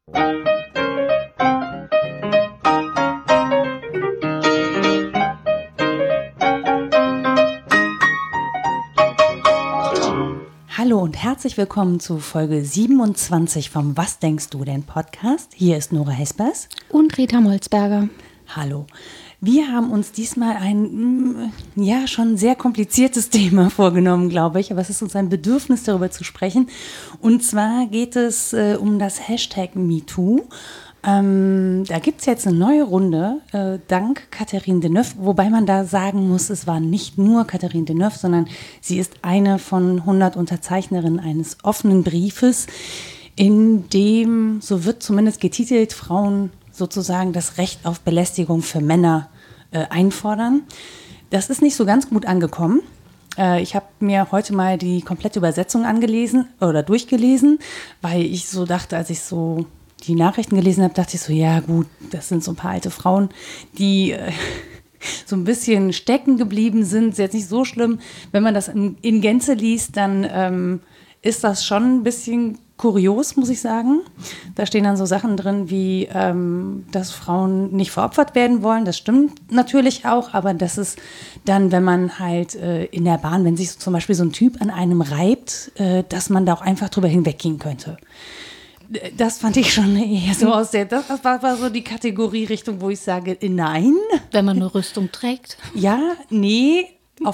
Hallo und herzlich willkommen zu Folge 27 vom Was denkst du denn Podcast. Hier ist Nora Hespers und Rita Molzberger. Hallo. Wir haben uns diesmal ein, schon sehr kompliziertes Thema vorgenommen, glaube ich. Aber es ist uns ein Bedürfnis, darüber zu sprechen. Und zwar geht es um das Hashtag MeToo. Da gibt es jetzt eine neue Runde, dank Catherine Deneuve, wobei man da sagen muss, es war nicht nur Catherine Deneuve, sondern sie ist eine von 100 Unterzeichnerinnen eines offenen Briefes, in dem, so wird zumindest getitelt, Frauen sozusagen das Recht auf Belästigung für Männer einfordern. Das ist nicht so ganz gut angekommen. Ich habe mir heute mal die komplette Übersetzung durchgelesen, weil ich so dachte, als ich so die Nachrichten gelesen habe, dachte ich so, ja gut, das sind so ein paar alte Frauen, die so ein bisschen stecken geblieben sind. Ist jetzt nicht so schlimm. Wenn man das in Gänze liest, dann ist das schon ein bisschen kurios, muss ich sagen. Da stehen dann so Sachen drin wie, dass Frauen nicht veropfert werden wollen. Das stimmt natürlich auch, aber das ist dann, wenn man halt in der Bahn, wenn sich so zum Beispiel so ein Typ an einem reibt, dass man da auch einfach drüber hinweggehen könnte. Das fand ich schon eher so das war so die Kategorie-Richtung, wo ich sage, nein. Wenn man eine Rüstung trägt? Ja, nee,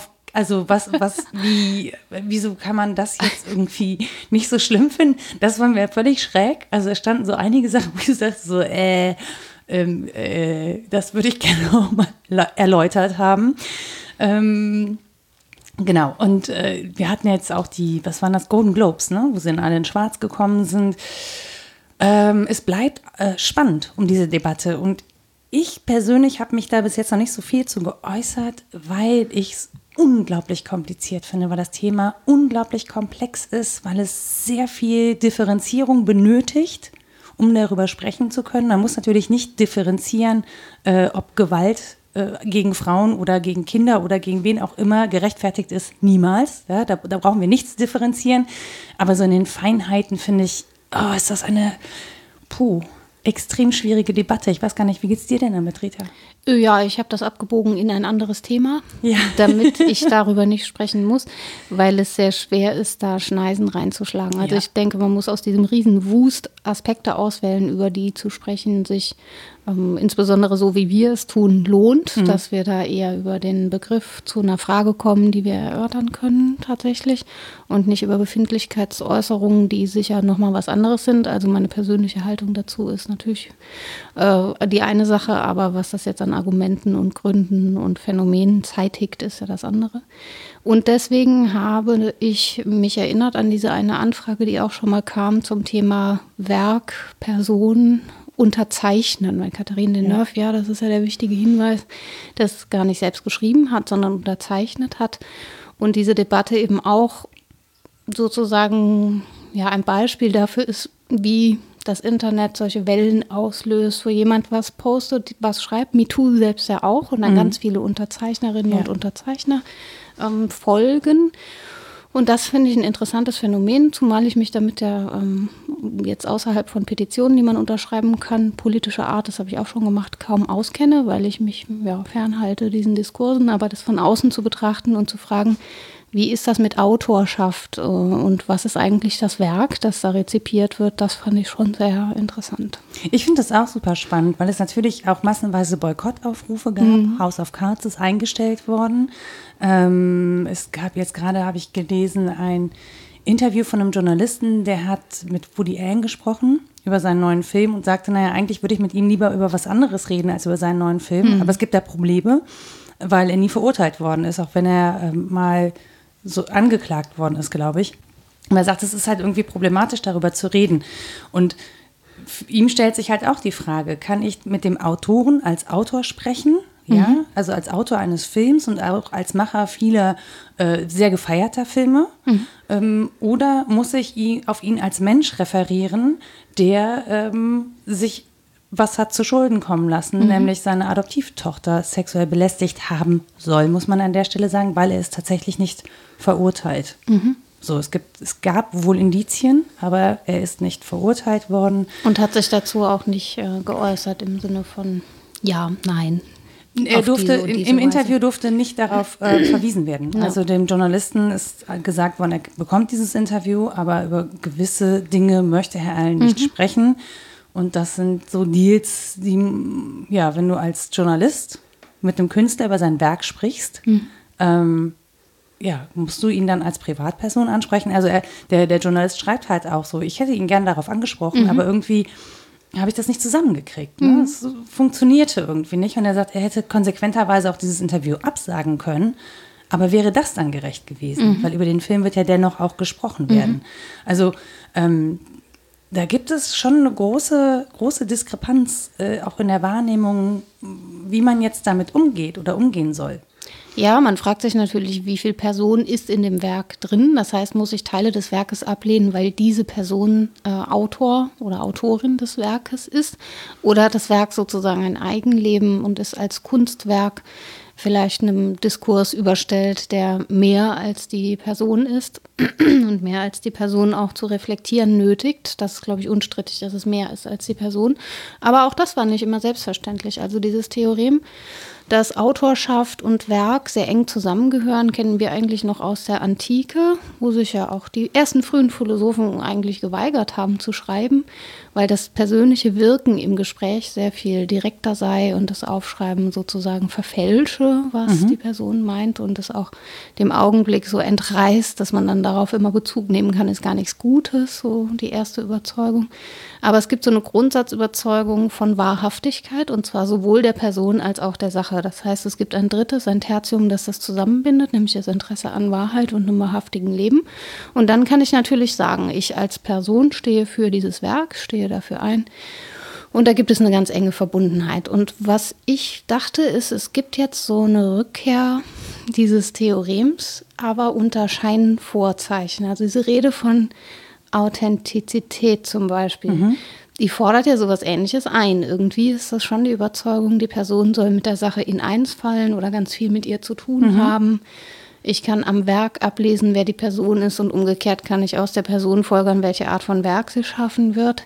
wieso kann man das jetzt irgendwie nicht so schlimm finden? Das war mir völlig schräg. Also es standen so einige Sachen, wo ich dachte so, das würde ich gerne auch mal erläutert haben. Genau, und wir hatten jetzt auch was waren das, Golden Globes, ne? Wo sie dann alle in Schwarz gekommen sind. Es bleibt spannend um diese Debatte und ich persönlich habe mich da bis jetzt noch nicht so viel zu geäußert, weil ich es unglaublich kompliziert finde, weil das Thema unglaublich komplex ist, weil es sehr viel Differenzierung benötigt, um darüber sprechen zu können. Man muss natürlich nicht differenzieren, ob Gewalt gegen Frauen oder gegen Kinder oder gegen wen auch immer gerechtfertigt ist, niemals. Ja, da brauchen wir nichts differenzieren. Aber so in den Feinheiten finde ich, ist das eine extrem schwierige Debatte. Ich weiß gar nicht, wie geht's dir denn damit, Rita? Ja, ich habe das abgebogen in ein anderes Thema, damit ich darüber nicht sprechen muss, weil es sehr schwer ist, da Schneisen reinzuschlagen. Also ich denke, man muss aus diesem Riesenwust Aspekte auswählen, über die zu sprechen sich insbesondere so, wie wir es tun, lohnt, dass wir da eher über den Begriff zu einer Frage kommen, die wir erörtern können tatsächlich und nicht über Befindlichkeitsäußerungen, die sicher nochmal was anderes sind. Also meine persönliche Haltung dazu ist natürlich die eine Sache, aber was das jetzt an Argumenten und Gründen und Phänomenen zeitigt, ist ja das andere. Und deswegen habe ich mich erinnert an diese eine Anfrage, die auch schon mal kam zum Thema Werk, Person, unterzeichnen, weil Catherine Deneuve, das ist ja der wichtige Hinweis, das gar nicht selbst geschrieben hat, sondern unterzeichnet hat und diese Debatte eben auch sozusagen ein Beispiel dafür ist, wie das Internet solche Wellen auslöst, wo jemand was postet, was schreibt, MeToo selbst ja auch und dann ganz viele Unterzeichnerinnen und Unterzeichner folgen. Und das finde ich ein interessantes Phänomen, zumal ich mich damit jetzt außerhalb von Petitionen, die man unterschreiben kann, politischer Art, das habe ich auch schon gemacht, kaum auskenne, weil ich mich fernhalte diesen Diskursen, aber das von außen zu betrachten und zu fragen, wie ist das mit Autorschaft und was ist eigentlich das Werk, das da rezipiert wird, das fand ich schon sehr interessant. Ich finde das auch super spannend, weil es natürlich auch massenweise Boykottaufrufe gab. House of Cards ist eingestellt worden. Es gab jetzt gerade, habe ich gelesen, ein Interview von einem Journalisten, der hat mit Woody Allen gesprochen über seinen neuen Film und sagte, eigentlich würde ich mit ihm lieber über was anderes reden als über seinen neuen Film. Aber es gibt da Probleme, weil er nie verurteilt worden ist, auch wenn er mal so angeklagt worden ist, glaube ich. Und er sagt, es ist halt irgendwie problematisch, darüber zu reden. Und ihm stellt sich halt auch die Frage, kann ich mit dem Autoren als Autor sprechen? Ja, also als Autor eines Films und auch als Macher vieler sehr gefeierter Filme. Oder muss ich auf ihn als Mensch referieren, der sich was hat zu Schulden kommen lassen, nämlich seine Adoptivtochter sexuell belästigt haben soll, muss man an der Stelle sagen, weil er ist tatsächlich nicht verurteilt. So, es gab wohl Indizien, aber er ist nicht verurteilt worden. Und hat sich dazu auch nicht geäußert im Sinne von ja, nein. Er durfte im Interview durfte nicht darauf verwiesen werden. Ja. Also dem Journalisten ist gesagt worden, er bekommt dieses Interview, aber über gewisse Dinge möchte Herr Allen nicht sprechen. Und das sind so Deals, die, ja, wenn du als Journalist mit einem Künstler über sein Werk sprichst, musst du ihn dann als Privatperson ansprechen. Also der Journalist schreibt halt auch so, ich hätte ihn gern darauf angesprochen, aber irgendwie habe ich das nicht zusammengekriegt. Ne? Es funktionierte irgendwie nicht. Und er sagt, er hätte konsequenterweise auch dieses Interview absagen können. Aber wäre das dann gerecht gewesen? Weil über den Film wird ja dennoch auch gesprochen werden. Also da gibt es schon eine große Diskrepanz, auch in der Wahrnehmung, wie man jetzt damit umgeht oder umgehen soll. Ja, man fragt sich natürlich, wie viel Person ist in dem Werk drin. Das heißt, muss ich Teile des Werkes ablehnen, weil diese Person Autor oder Autorin des Werkes ist? Oder hat das Werk sozusagen ein Eigenleben und ist als Kunstwerk vielleicht einem Diskurs überstellt, der mehr als die Person ist und mehr als die Person auch zu reflektieren nötigt. Das ist, glaube ich, unstrittig, dass es mehr ist als die Person. Aber auch das war nicht immer selbstverständlich. Also dieses Theorem, dass Autorschaft und Werk sehr eng zusammengehören, kennen wir eigentlich noch aus der Antike, wo sich ja auch die ersten frühen Philosophen eigentlich geweigert haben zu schreiben, weil das persönliche Wirken im Gespräch sehr viel direkter sei und das Aufschreiben sozusagen verfälsche, was die Person meint und es auch dem Augenblick so entreißt, dass man dann darauf immer Bezug nehmen kann, ist gar nichts Gutes, so die erste Überzeugung. Aber es gibt so eine Grundsatzüberzeugung von Wahrhaftigkeit und zwar sowohl der Person als auch der Sache. Das heißt, es gibt ein drittes, ein Tertium, das das zusammenbindet, nämlich das Interesse an Wahrheit und einem wahrhaftigen Leben. Und dann kann ich natürlich sagen, ich als Person stehe für dieses Werk, stehe dafür ein. Und da gibt es eine ganz enge Verbundenheit. Und was ich dachte, ist, es gibt jetzt so eine Rückkehr dieses Theorems, aber unter Scheinvorzeichen. Also diese Rede von Authentizität zum Beispiel, die fordert ja sowas Ähnliches ein. Irgendwie ist das schon die Überzeugung, die Person soll mit der Sache in eins fallen oder ganz viel mit ihr zu tun haben. Ich kann am Werk ablesen, wer die Person ist und umgekehrt kann ich aus der Person folgern, welche Art von Werk sie schaffen wird.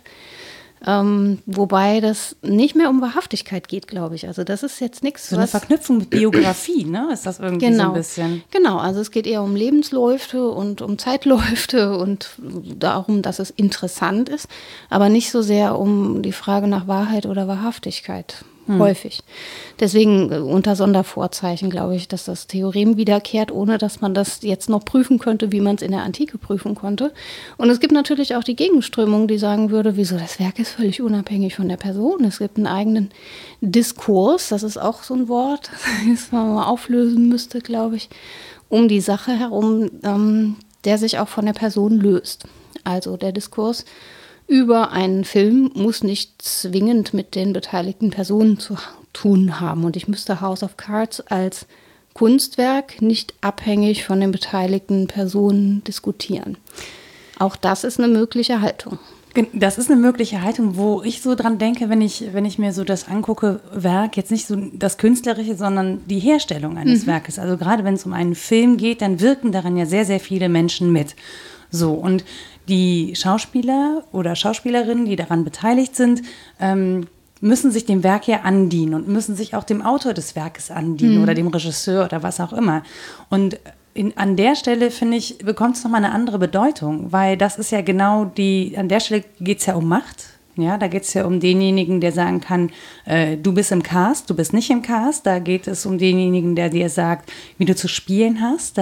Wobei das nicht mehr um Wahrhaftigkeit geht, glaube ich. Also das ist jetzt nichts, so eine Verknüpfung mit Biografie, ne? Ist das irgendwie so ein bisschen? Genau, also es geht eher um Lebensläufe und um Zeitläufe und darum, dass es interessant ist, aber nicht so sehr um die Frage nach Wahrheit oder Wahrhaftigkeit. Häufig. Deswegen unter Sondervorzeichen glaube ich, dass das Theorem wiederkehrt, ohne dass man das jetzt noch prüfen könnte, wie man es in der Antike prüfen konnte. Und es gibt natürlich auch die Gegenströmung, die sagen würde, wieso das Werk ist völlig unabhängig von der Person. Es gibt einen eigenen Diskurs, das ist auch so ein Wort, das man mal auflösen müsste, glaube ich, um die Sache herum, der sich auch von der Person löst. Also der Diskurs über einen Film muss nicht zwingend mit den beteiligten Personen zu tun haben. Und ich müsste House of Cards als Kunstwerk nicht abhängig von den beteiligten Personen diskutieren. Auch das ist eine mögliche Haltung. Das ist eine mögliche Haltung, wo ich so dran denke, wenn ich mir so das angucke, Werk, jetzt nicht so das Künstlerische, sondern die Herstellung eines Werkes. Also gerade wenn es um einen Film geht, dann wirken daran ja sehr, sehr viele Menschen mit. So, und die Schauspieler oder Schauspielerinnen, die daran beteiligt sind, müssen sich dem Werk ja andienen und müssen sich auch dem Autor des Werkes andienen oder dem Regisseur oder was auch immer. Und an der Stelle, finde ich, bekommt es nochmal eine andere Bedeutung, weil das ist ja genau an der Stelle geht es ja um Macht. Ja, da geht es ja um denjenigen, der sagen kann, du bist im Cast, du bist nicht im Cast. Da geht es um denjenigen, der dir sagt, wie du zu spielen hast,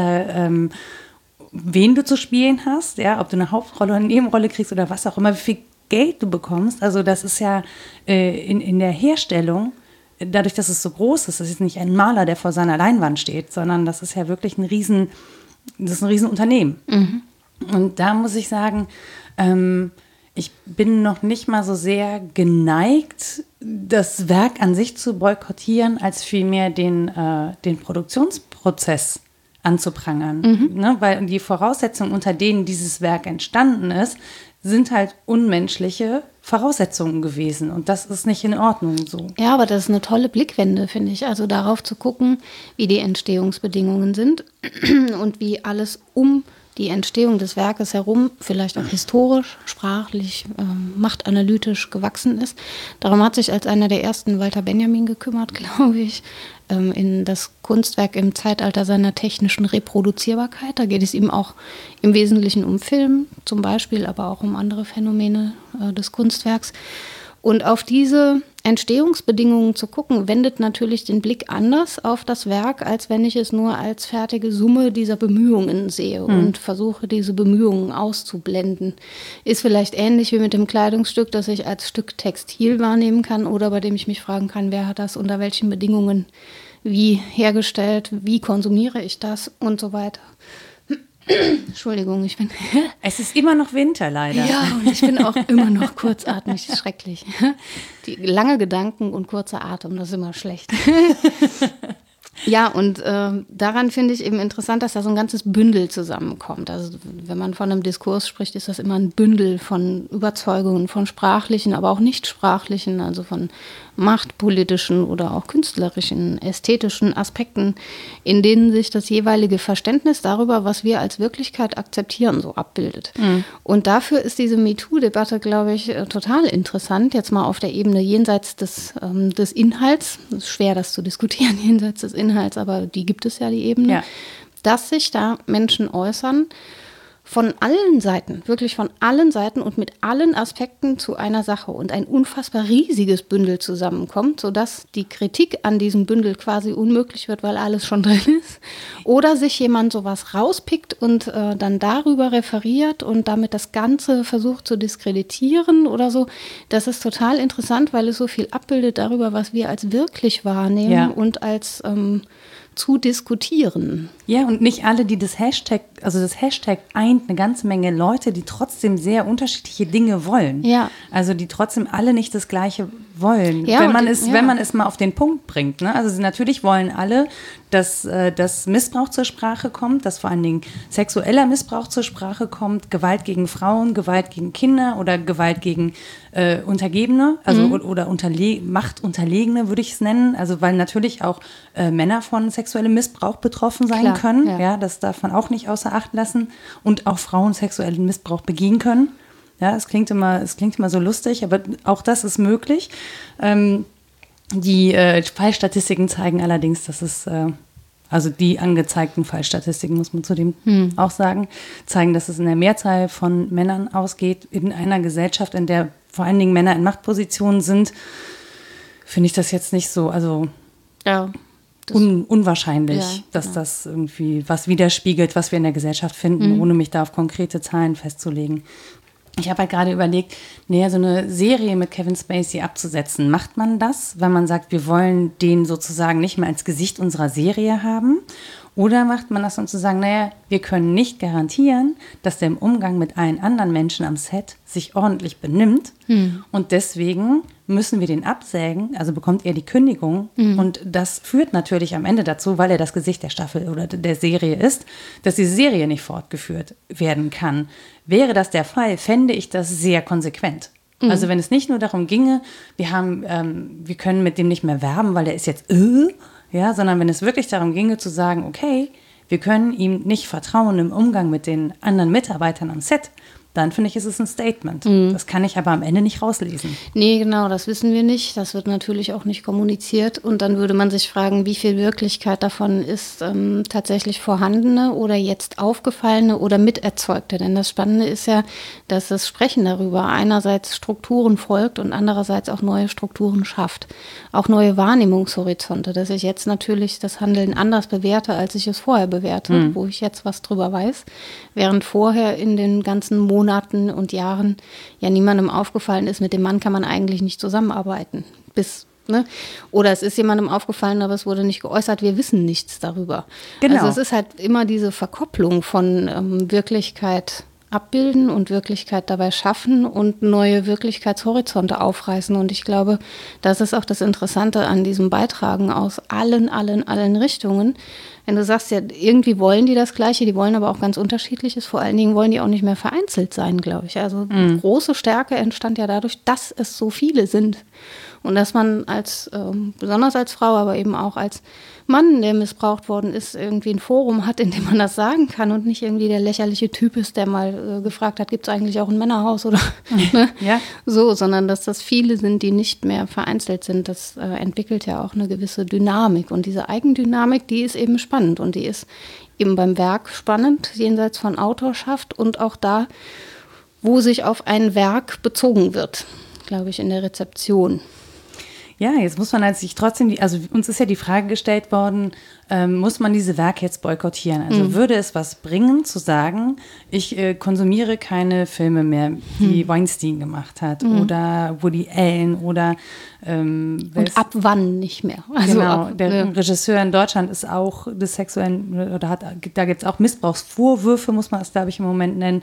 wen du zu spielen hast, ja, ob du eine Hauptrolle oder eine Nebenrolle kriegst oder was auch immer, wie viel Geld du bekommst. Also das ist ja in der Herstellung, dadurch, dass es so groß ist, das ist nicht ein Maler, der vor seiner Leinwand steht, sondern das ist ja wirklich ein Riesenunternehmen. Und da muss ich sagen, ich bin noch nicht mal so sehr geneigt, das Werk an sich zu boykottieren, als vielmehr den Produktionsprozess anzuprangern. Ne? Weil die Voraussetzungen, unter denen dieses Werk entstanden ist, sind halt unmenschliche Voraussetzungen gewesen. Und das ist nicht in Ordnung so. Ja, aber das ist eine tolle Blickwende, finde ich. Also darauf zu gucken, wie die Entstehungsbedingungen sind und wie alles um die Entstehung des Werkes herum vielleicht auch historisch, sprachlich, machtanalytisch gewachsen ist. Darum hat sich als einer der ersten Walter Benjamin gekümmert, glaube ich, in das Kunstwerk im Zeitalter seiner technischen Reproduzierbarkeit. Da geht es ihm auch im Wesentlichen um Film zum Beispiel, aber auch um andere Phänomene des Kunstwerks. Und auf diese Entstehungsbedingungen zu gucken, wendet natürlich den Blick anders auf das Werk, als wenn ich es nur als fertige Summe dieser Bemühungen sehe und versuche, diese Bemühungen auszublenden. Ist vielleicht ähnlich wie mit dem Kleidungsstück, das ich als Stück Textil wahrnehmen kann oder bei dem ich mich fragen kann, wer hat das unter welchen Bedingungen wie hergestellt, wie konsumiere ich das und so weiter. Entschuldigung, ich bin... Es ist immer noch Winter, leider. Ja, und ich bin auch immer noch kurzatmig, schrecklich. Die lange Gedanken und kurzer Atem, das ist immer schlecht. Ja, und daran finde ich eben interessant, dass da so ein ganzes Bündel zusammenkommt. Also wenn man von einem Diskurs spricht, ist das immer ein Bündel von Überzeugungen, von sprachlichen, aber auch nicht sprachlichen, also von machtpolitischen oder auch künstlerischen, ästhetischen Aspekten, in denen sich das jeweilige Verständnis darüber, was wir als Wirklichkeit akzeptieren, so abbildet. Mhm. Und dafür ist diese MeToo-Debatte, glaube ich, total interessant, jetzt mal auf der Ebene jenseits des Inhalts. Es ist schwer, das zu diskutieren, jenseits des Inhalts, aber die gibt es ja, die Ebene, ja. Dass sich da Menschen äußern, von allen Seiten, wirklich von allen Seiten und mit allen Aspekten zu einer Sache und ein unfassbar riesiges Bündel zusammenkommt, sodass die Kritik an diesem Bündel quasi unmöglich wird, weil alles schon drin ist. Oder sich jemand sowas rauspickt und dann darüber referiert und damit das Ganze versucht zu diskreditieren oder so. Das ist total interessant, weil es so viel abbildet darüber, was wir als wirklich wahrnehmen und als zu diskutieren. Ja, und nicht alle, die das Hashtag eint eine ganze Menge Leute, die trotzdem sehr unterschiedliche Dinge wollen. Ja. Also die trotzdem alle nicht das Gleiche wollen, ja, wenn man es mal auf den Punkt bringt. Ne? Also natürlich wollen alle, dass Missbrauch zur Sprache kommt, dass vor allen Dingen sexueller Missbrauch zur Sprache kommt, Gewalt gegen Frauen, Gewalt gegen Kinder oder Gewalt gegen Untergebene, also oder Machtunterlegene würde ich es nennen. Also weil natürlich auch Männer von sexuellem Missbrauch betroffen sein können. Ja, das darf man auch nicht außer Acht lassen. Und auch Frauen sexuellen Missbrauch begehen können. Ja, es klingt immer so lustig, aber auch das ist möglich. Die Fallstatistiken zeigen allerdings, dass es, also die angezeigten Fallstatistiken, muss man zudem auch sagen, zeigen, dass es in der Mehrzahl von Männern ausgeht. In einer Gesellschaft, in der vor allen Dingen Männer in Machtpositionen sind, finde ich das jetzt nicht so, also unwahrscheinlich, dass das irgendwie was widerspiegelt, was wir in der Gesellschaft finden, ohne mich da auf konkrete Zahlen festzulegen. Ich habe halt gerade überlegt, so eine Serie mit Kevin Spacey abzusetzen. Macht man das, wenn man sagt, wir wollen den sozusagen nicht mehr als Gesicht unserer Serie haben? Oder macht man das, um zu sagen, wir können nicht garantieren, dass der im Umgang mit allen anderen Menschen am Set sich ordentlich benimmt. Und deswegen müssen wir den absägen, also bekommt er die Kündigung. Und das führt natürlich am Ende dazu, weil er das Gesicht der Staffel oder der Serie ist, dass die Serie nicht fortgeführt werden kann. Wäre das der Fall, fände ich das sehr konsequent. Also wenn es nicht nur darum ginge, wir können mit dem nicht mehr werben, weil der ist jetzt sondern wenn es wirklich darum ginge zu sagen, okay, wir können ihm nicht vertrauen im Umgang mit den anderen Mitarbeitern am Set, dann finde ich, ist es ein Statement. Das kann ich aber am Ende nicht rauslesen. Nee, genau, das wissen wir nicht. Das wird natürlich auch nicht kommuniziert. Und dann würde man sich fragen, wie viel Wirklichkeit davon ist tatsächlich vorhandene oder jetzt aufgefallene oder miterzeugte. Denn das Spannende ist ja, dass das Sprechen darüber einerseits Strukturen folgt und andererseits auch neue Strukturen schafft. Auch neue Wahrnehmungshorizonte, dass ich jetzt natürlich das Handeln anders bewerte, als ich es vorher bewerte, wo ich jetzt was drüber weiß. Während vorher in den ganzen Monaten und Jahren niemandem aufgefallen ist, mit dem Mann kann man eigentlich nicht zusammenarbeiten. Oder es ist jemandem aufgefallen, aber es wurde nicht geäußert, wir wissen nichts darüber. Genau. Also es ist halt immer diese Verkopplung von Wirklichkeit abbilden und Wirklichkeit dabei schaffen und neue Wirklichkeitshorizonte aufreißen. Und ich glaube, das ist auch das Interessante an diesem Beitragen aus allen Richtungen. Wenn du sagst, ja, irgendwie wollen die das Gleiche, die wollen aber auch ganz Unterschiedliches. Vor allen Dingen wollen die auch nicht mehr vereinzelt sein, glaube ich. Also große Stärke entstand ja dadurch, dass es so viele sind. Und dass man besonders als Frau, aber eben auch als Mann, der missbraucht worden ist, irgendwie ein Forum hat, in dem man das sagen kann und nicht irgendwie der lächerliche Typ ist, der mal gefragt hat, gibt es eigentlich auch ein Männerhaus oder ne? Ja. So, sondern dass das viele sind, die nicht mehr vereinzelt sind. Das entwickelt ja auch eine gewisse Dynamik. Und diese Eigendynamik, die ist eben spannend und die ist eben beim Werk spannend, jenseits von Autorschaft und auch da, wo sich auf ein Werk bezogen wird, glaube ich, in der Rezeption. Ja, jetzt muss man sich trotzdem, uns ist ja die Frage gestellt worden, muss man diese Werke jetzt boykottieren? Also würde es was bringen, zu sagen, ich konsumiere keine Filme mehr, die Weinstein gemacht hat oder Woody Allen oder und ab wann nicht mehr? Also genau, der Regisseur in Deutschland ist auch des sexuellen, da gibt es auch Missbrauchsvorwürfe, muss man es, glaube ich, im Moment nennen.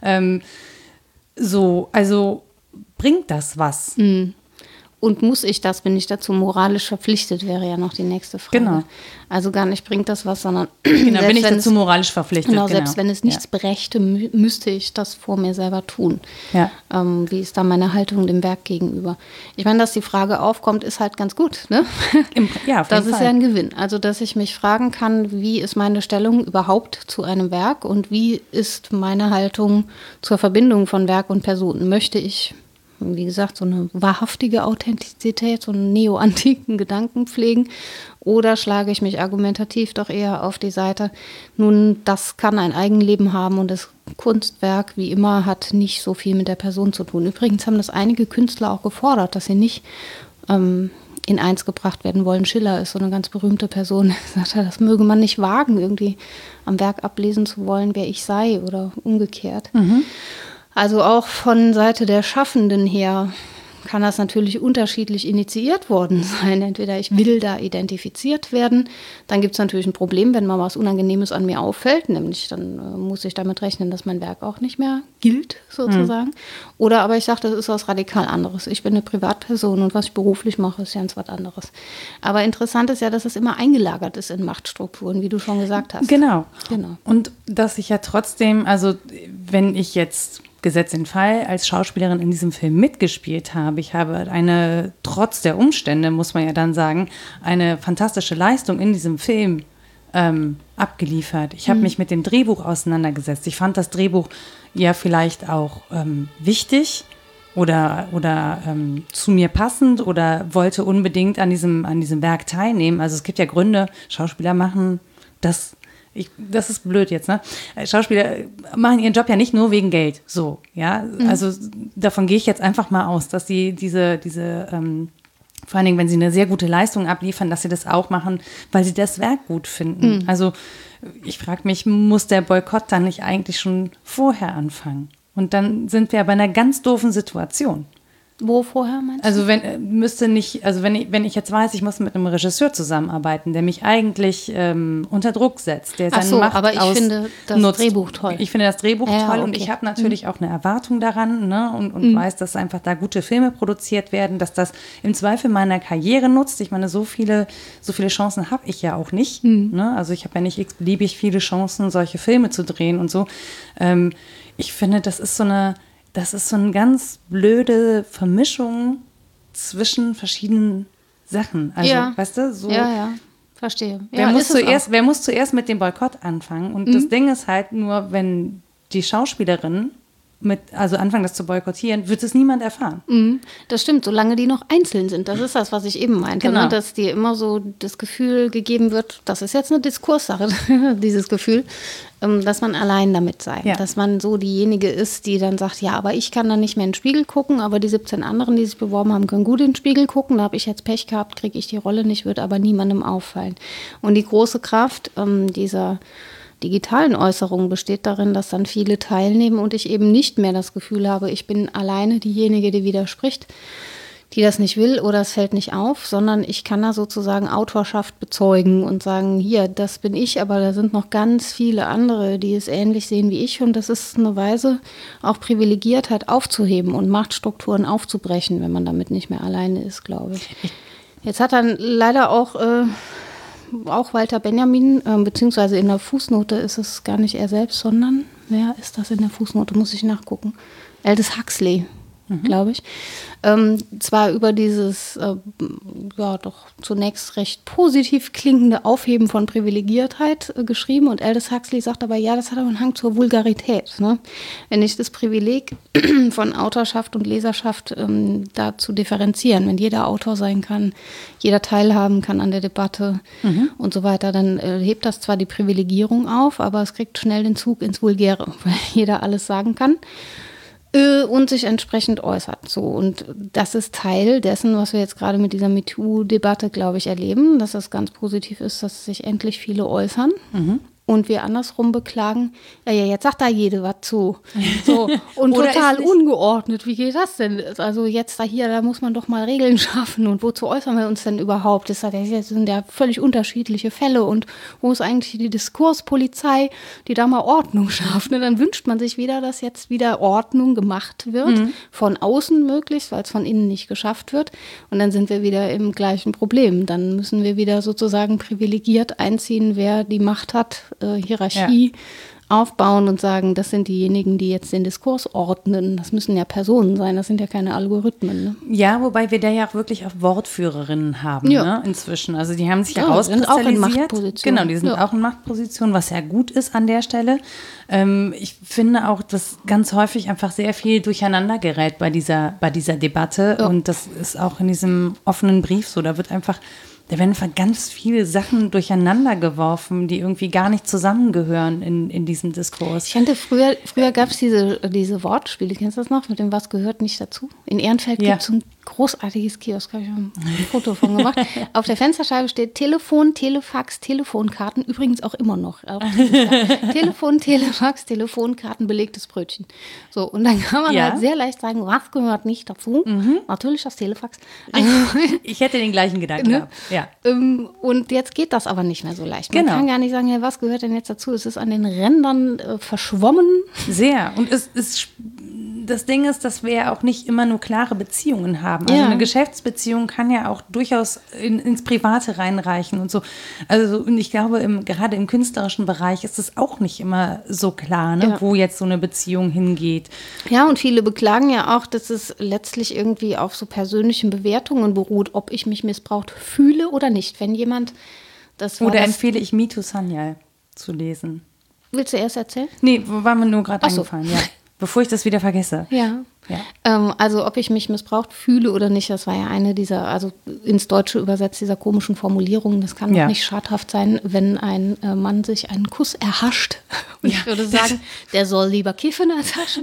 Also bringt das was? Und muss ich das, bin ich dazu moralisch verpflichtet, wäre ja noch die nächste Frage. Genau. Also gar nicht bringt das was, sondern genau, bin ich dazu moralisch verpflichtet. Genau, selbst wenn es nichts brächte, müsste ich das vor mir selber tun. Ja. Wie ist da meine Haltung dem Werk gegenüber? Ich meine, dass die Frage aufkommt, ist halt ganz gut. Ne? Ja, auf das jeden ist Fall. Ja ein Gewinn. Also, dass ich mich fragen kann, wie ist meine Stellung überhaupt zu einem Werk und wie ist meine Haltung zur Verbindung von Werk und Person? Möchte ich, wie gesagt, so eine wahrhaftige Authentizität, so einen neo-antiken Gedanken pflegen? Oder schlage ich mich argumentativ doch eher auf die Seite, nun, das kann ein Eigenleben haben und das Kunstwerk, wie immer, hat nicht so viel mit der Person zu tun. Übrigens haben das einige Künstler auch gefordert, dass sie nicht in eins gebracht werden wollen. Schiller ist so eine ganz berühmte Person, der gesagt hat, das möge man nicht wagen, irgendwie am Werk ablesen zu wollen, wer ich sei oder umgekehrt. Also auch von Seite der Schaffenden her kann das natürlich unterschiedlich initiiert worden sein. Entweder ich will da identifiziert werden, dann gibt es natürlich ein Problem, wenn mal was Unangenehmes an mir auffällt, nämlich dann muss ich damit rechnen, dass mein Werk auch nicht mehr gilt, sozusagen. Oder aber ich sage, das ist was radikal anderes. Ich bin eine Privatperson und was ich beruflich mache, ist ganz was anderes. Aber interessant ist ja, dass es immer eingelagert ist in Machtstrukturen, wie du schon gesagt hast. Genau. Und dass ich ja trotzdem, also wenn ich jetzt gesetzt den Fall, als Schauspielerin in diesem Film mitgespielt habe. Ich habe trotz der Umstände, muss man ja dann sagen, eine fantastische Leistung in diesem Film abgeliefert. Ich habe mich mit dem Drehbuch auseinandergesetzt. Ich fand das Drehbuch ja vielleicht auch wichtig oder zu mir passend oder wollte unbedingt an diesem Werk teilnehmen. Also es gibt ja Gründe, Schauspieler machen das. Das ist blöd jetzt, ne? Schauspieler machen ihren Job ja nicht nur wegen Geld, so, ja. Also davon gehe ich jetzt einfach mal aus, dass sie diese vor allen Dingen, wenn sie eine sehr gute Leistung abliefern, dass sie das auch machen, weil sie das Werk gut finden. Also ich frage mich, muss der Boykott dann nicht eigentlich schon vorher anfangen? Und dann sind wir bei einer ganz doofen Situation. Wo vorher meinst du? Also wenn ich jetzt weiß, ich muss mit einem Regisseur zusammenarbeiten, der mich eigentlich unter Druck setzt, der seine Macht aber ich finde das Drehbuch toll. Ich finde das Drehbuch toll und ich habe natürlich auch eine Erwartung daran, ne, und weiß, dass einfach da gute Filme produziert werden, dass das im Zweifel meiner Karriere nutzt. Ich meine, so viele Chancen habe ich ja auch nicht. Ne? Also ich habe ja nicht x-beliebig viele Chancen, solche Filme zu drehen und so. Ich finde, das ist so eine ganz blöde Vermischung zwischen verschiedenen Sachen. Also, weißt du, so. Ja, verstehe. Wer muss zuerst mit dem Boykott anfangen? Und das Ding ist halt nur, wenn die Schauspielerinnen anfangen, das zu boykottieren, wird es niemand erfahren. Das stimmt, solange die noch einzeln sind. Das ist das, was ich eben meinte. Genau. Ne? Dass dir immer so das Gefühl gegeben wird, das ist jetzt eine Diskurssache, dieses Gefühl, dass man allein damit sei. Ja. Dass man so diejenige ist, die dann sagt, ja, aber ich kann dann nicht mehr in den Spiegel gucken, aber die 17 anderen, die sich beworben haben, können gut in den Spiegel gucken. Da habe ich jetzt Pech gehabt, kriege ich die Rolle nicht, wird aber niemandem auffallen. Und die große Kraft dieser digitalen Äußerungen besteht darin, dass dann viele teilnehmen und ich eben nicht mehr das Gefühl habe, ich bin alleine diejenige, die widerspricht. die das nicht will oder es fällt nicht auf, sondern ich kann da sozusagen Autorschaft bezeugen und sagen, hier, das bin ich, aber da sind noch ganz viele andere, die es ähnlich sehen wie ich und das ist eine Weise, auch Privilegiertheit aufzuheben und Machtstrukturen aufzubrechen, wenn man damit nicht mehr alleine ist, glaube ich. Jetzt hat dann leider auch Walter Benjamin, beziehungsweise in der Fußnote ist es gar nicht er selbst, sondern, wer ist das in der Fußnote, muss ich nachgucken, Aldous Huxley, glaube ich, zwar über dieses, doch zunächst recht positiv klingende Aufheben von Privilegiertheit geschrieben und Aldous Huxley sagt aber, ja, das hat aber einen Hang zur Vulgarität. Ne? Wenn ich das Privileg von Autorschaft und Leserschaft da zu differenzieren, wenn jeder Autor sein kann, jeder teilhaben kann an der Debatte und so weiter, dann hebt das zwar die Privilegierung auf, aber es kriegt schnell den Zug ins Vulgäre, weil jeder alles sagen kann. Und sich entsprechend äußert. So. Und das ist Teil dessen, was wir jetzt gerade mit dieser MeToo-Debatte, glaube ich, erleben, dass es ganz positiv ist, dass sich endlich viele äußern. Und wir andersrum beklagen, ja, jetzt sagt da jede was zu. So, und total ungeordnet. Wie geht das denn? Also jetzt da muss man doch mal Regeln schaffen. Und wozu äußern wir uns denn überhaupt? Das sind ja völlig unterschiedliche Fälle. Und wo ist eigentlich die Diskurspolizei, die da mal Ordnung schafft? Ne? Dann wünscht man sich wieder, dass jetzt wieder Ordnung gemacht wird. Von außen möglichst, weil es von innen nicht geschafft wird. Und dann sind wir wieder im gleichen Problem. Dann müssen wir wieder sozusagen privilegiert einziehen, wer die Macht hat, Hierarchie aufbauen und sagen, das sind diejenigen, die jetzt den Diskurs ordnen. Das müssen ja Personen sein, das sind ja keine Algorithmen. Ne? Ja, wobei wir da ja auch wirklich auch Wortführerinnen haben, ne, inzwischen. Also die haben sich ja rauskristallisiert. Sind auch in Machtposition. Genau, die sind auch in Machtposition, was ja gut ist an der Stelle. Ich finde auch, dass ganz häufig einfach sehr viel durcheinander gerät bei dieser Debatte. Ja. Und das ist auch in diesem offenen Brief so. Da werden einfach ganz viele Sachen durcheinander geworfen, die irgendwie gar nicht zusammengehören in diesem Diskurs. Ich finde, früher gab es diese Wortspiele, kennst du das noch? Mit dem Was gehört nicht dazu? In Ehrenfeld gibt es ein großartiges Kiosk, habe ich ein Foto von gemacht. Auf der Fensterscheibe steht Telefon, Telefax, Telefonkarten, übrigens auch immer noch. Telefon, Telefax, Telefonkarten, belegtes Brötchen. So, und dann kann man halt sehr leicht sagen, was gehört nicht dazu? Natürlich das Telefax. Ich hätte den gleichen Gedanken gehabt. Ja. Und jetzt geht das aber nicht mehr so leicht. Man kann gar nicht sagen, ja, was gehört denn jetzt dazu? Es ist an den Rändern verschwommen. Sehr. Und das Ding ist, dass wir ja auch nicht immer nur klare Beziehungen haben. Also eine Geschäftsbeziehung kann ja auch durchaus ins Private reinreichen und so. Also, und ich glaube, gerade im künstlerischen Bereich ist es auch nicht immer so klar, ne, wo jetzt so eine Beziehung hingeht. Ja, und viele beklagen ja auch, dass es letztlich irgendwie auf so persönlichen Bewertungen beruht, ob ich mich missbraucht fühle oder nicht. Wenn jemand Oder empfehle ich Mitu Sanyal zu lesen. Willst du erst erzählen? Nee, war mir nur gerade eingefallen, ja. Bevor ich das wieder vergesse. Ja. Also ob ich mich missbraucht fühle oder nicht, das war ja eine dieser, also ins Deutsche übersetzt, dieser komischen Formulierungen. Das kann doch nicht schadhaft sein, wenn ein Mann sich einen Kuss erhascht. Und ich würde sagen, der soll lieber kiffen als haschen.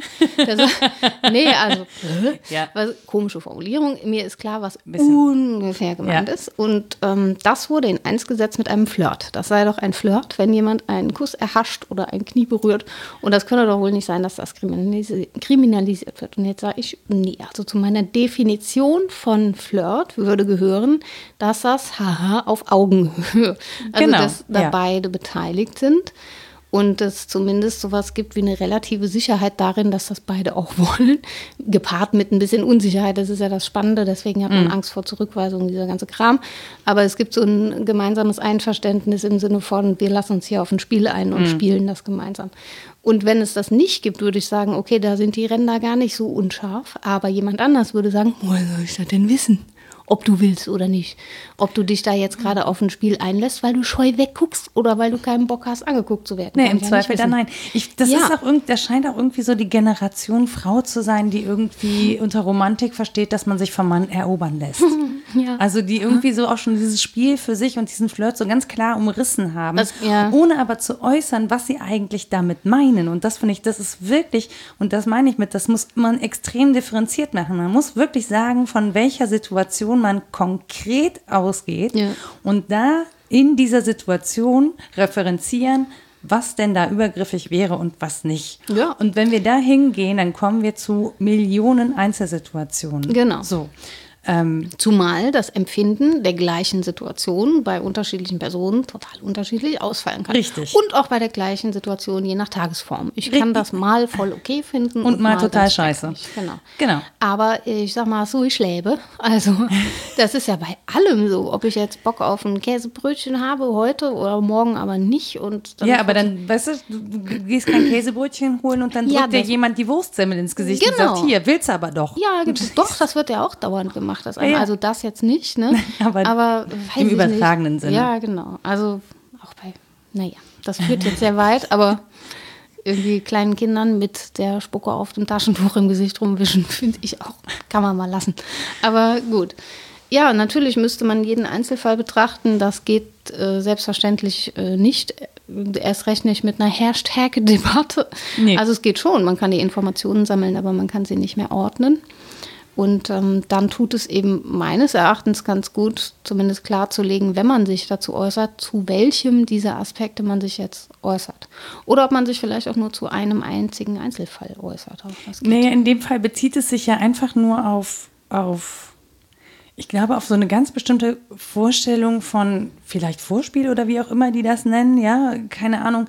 Komische Formulierung. Mir ist klar, was ungefähr gemeint ist. Und das wurde in eins gesetzt mit einem Flirt. Das sei doch ein Flirt, wenn jemand einen Kuss erhascht oder ein Knie berührt. Und das könne doch wohl nicht sein, dass das kriminalisiert wird. Und jetzt sage ich, nee, also zu meiner Definition von Flirt würde gehören, dass das auf Augenhöhe, also dass da beide beteiligt sind und es zumindest sowas gibt wie eine relative Sicherheit darin, dass das beide auch wollen, gepaart mit ein bisschen Unsicherheit, das ist ja das Spannende, deswegen hat man Angst vor Zurückweisung, dieser ganze Kram, aber es gibt so ein gemeinsames Einverständnis im Sinne von, wir lassen uns hier auf ein Spiel ein und spielen das gemeinsam. Und wenn es das nicht gibt, würde ich sagen, okay, da sind die Ränder gar nicht so unscharf, aber jemand anders würde sagen, woher soll ich das denn wissen? Ob du willst oder nicht. Ob du dich da jetzt gerade auf ein Spiel einlässt, weil du scheu wegguckst oder weil du keinen Bock hast, angeguckt zu werden. Nee, im Zweifel dann nein. Das scheint auch irgendwie so die Generation Frau zu sein, die irgendwie unter Romantik versteht, dass man sich vom Mann erobern lässt. Also die irgendwie so auch schon dieses Spiel für sich und diesen Flirt so ganz klar umrissen haben, ohne aber zu äußern, was sie eigentlich damit meinen. Und das finde ich, das ist wirklich, und das meine ich mit, das muss man extrem differenziert machen. Man muss wirklich sagen, von welcher Situation man konkret ausgeht und da in dieser Situation referenzieren, was denn da übergriffig wäre und was nicht. Ja. Und wenn wir da hingehen, dann kommen wir zu Millionen Einzelsituationen. Genau. So. Zumal das Empfinden der gleichen Situation bei unterschiedlichen Personen total unterschiedlich ausfallen kann. Richtig. Und auch bei der gleichen Situation je nach Tagesform. Ich kann das mal voll okay finden. Und mal total scheiße. Genau. Aber ich sag mal so, ich lebe. Also das ist ja bei allem so. Ob ich jetzt Bock auf ein Käsebrötchen habe heute oder morgen aber nicht. Und dann aber dann, weißt du gehst kein Käsebrötchen holen und dann drückt dir jemand die Wurstsemmel ins Gesicht und sagt, hier, willst du aber doch. Ja, doch, das wird ja auch dauernd gemacht. Also das jetzt nicht, ne? aber im übertragenen Sinne. Ja, genau. Also auch das führt jetzt sehr weit, aber irgendwie kleinen Kindern mit der Spucke auf dem Taschentuch im Gesicht rumwischen, finde ich auch, kann man mal lassen. Aber gut. Ja, natürlich müsste man jeden Einzelfall betrachten. Das geht selbstverständlich nicht. Erst recht nicht mit einer Hashtag-Debatte. Nee. Also es geht schon, man kann die Informationen sammeln, aber man kann sie nicht mehr ordnen. Und dann tut es eben meines Erachtens ganz gut, zumindest klarzulegen, wenn man sich dazu äußert, zu welchem dieser Aspekte man sich jetzt äußert. Oder ob man sich vielleicht auch nur zu einem einzigen Einzelfall äußert. Naja, in dem Fall bezieht es sich ja einfach nur auf, ich glaube, auf so eine ganz bestimmte Vorstellung von vielleicht Vorspiel oder wie auch immer die das nennen, ja, keine Ahnung.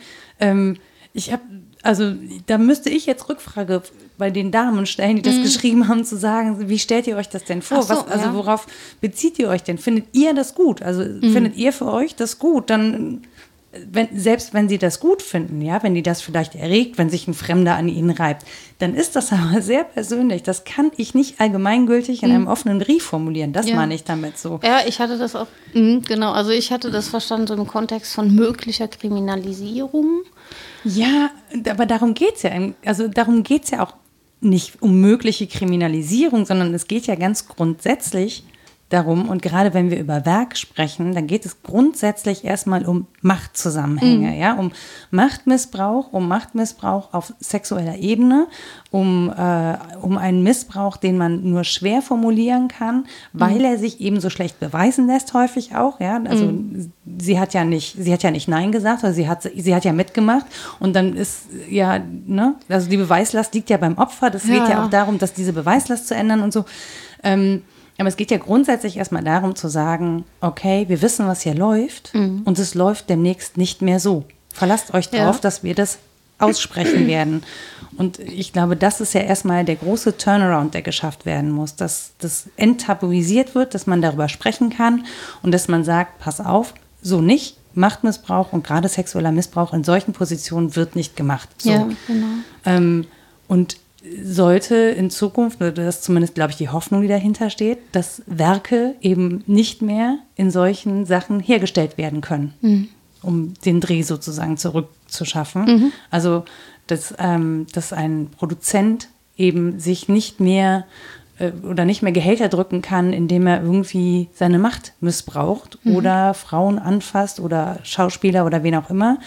Da müsste ich jetzt Rückfrage bei den Damen stellen, die das geschrieben haben, zu sagen, wie stellt ihr euch das denn vor? Worauf bezieht ihr euch denn? Findet ihr das gut? Also findet ihr für euch das gut? Dann, selbst wenn sie das gut finden, ja, wenn die das vielleicht erregt, wenn sich ein Fremder an ihnen reibt, dann ist das aber sehr persönlich. Das kann ich nicht allgemeingültig in einem offenen Brief formulieren. Das meine ich damit so. Ja, ich hatte das auch, genau, also ich hatte das verstanden so im Kontext von möglicher Kriminalisierung. Ja, aber darum geht es ja. Also darum geht es ja auch nicht um mögliche Kriminalisierung, sondern es geht ja ganz grundsätzlich darum, und gerade wenn wir über Werk sprechen, dann geht es grundsätzlich erstmal um Machtzusammenhänge, ja, um Machtmissbrauch auf sexueller Ebene, um einen Missbrauch, den man nur schwer formulieren kann, weil er sich eben so schlecht beweisen lässt, häufig auch, ja, also sie hat ja nicht Nein gesagt, also sie hat ja mitgemacht und dann ist ja, ne, also die Beweislast liegt ja beim Opfer, das geht ja auch darum, dass diese Beweislast zu ändern und so, aber es geht ja grundsätzlich erstmal darum zu sagen, okay, wir wissen, was hier läuft und es läuft demnächst nicht mehr so. Verlasst euch drauf, dass wir das aussprechen werden. Und ich glaube, das ist ja erstmal der große Turnaround, der geschafft werden muss, dass das enttabuisiert wird, dass man darüber sprechen kann und dass man sagt, pass auf, so nicht. Machtmissbrauch und gerade sexueller Missbrauch in solchen Positionen wird nicht gemacht. So. Ja, genau. Und sollte in Zukunft, das ist zumindest, glaube ich, die Hoffnung, die dahinter steht, dass Werke eben nicht mehr in solchen Sachen hergestellt werden können, um den Dreh sozusagen zurückzuschaffen. Also, dass ein Produzent eben sich nicht mehr Gehälter drücken kann, indem er irgendwie seine Macht missbraucht oder Frauen anfasst oder Schauspieler oder wen auch immer,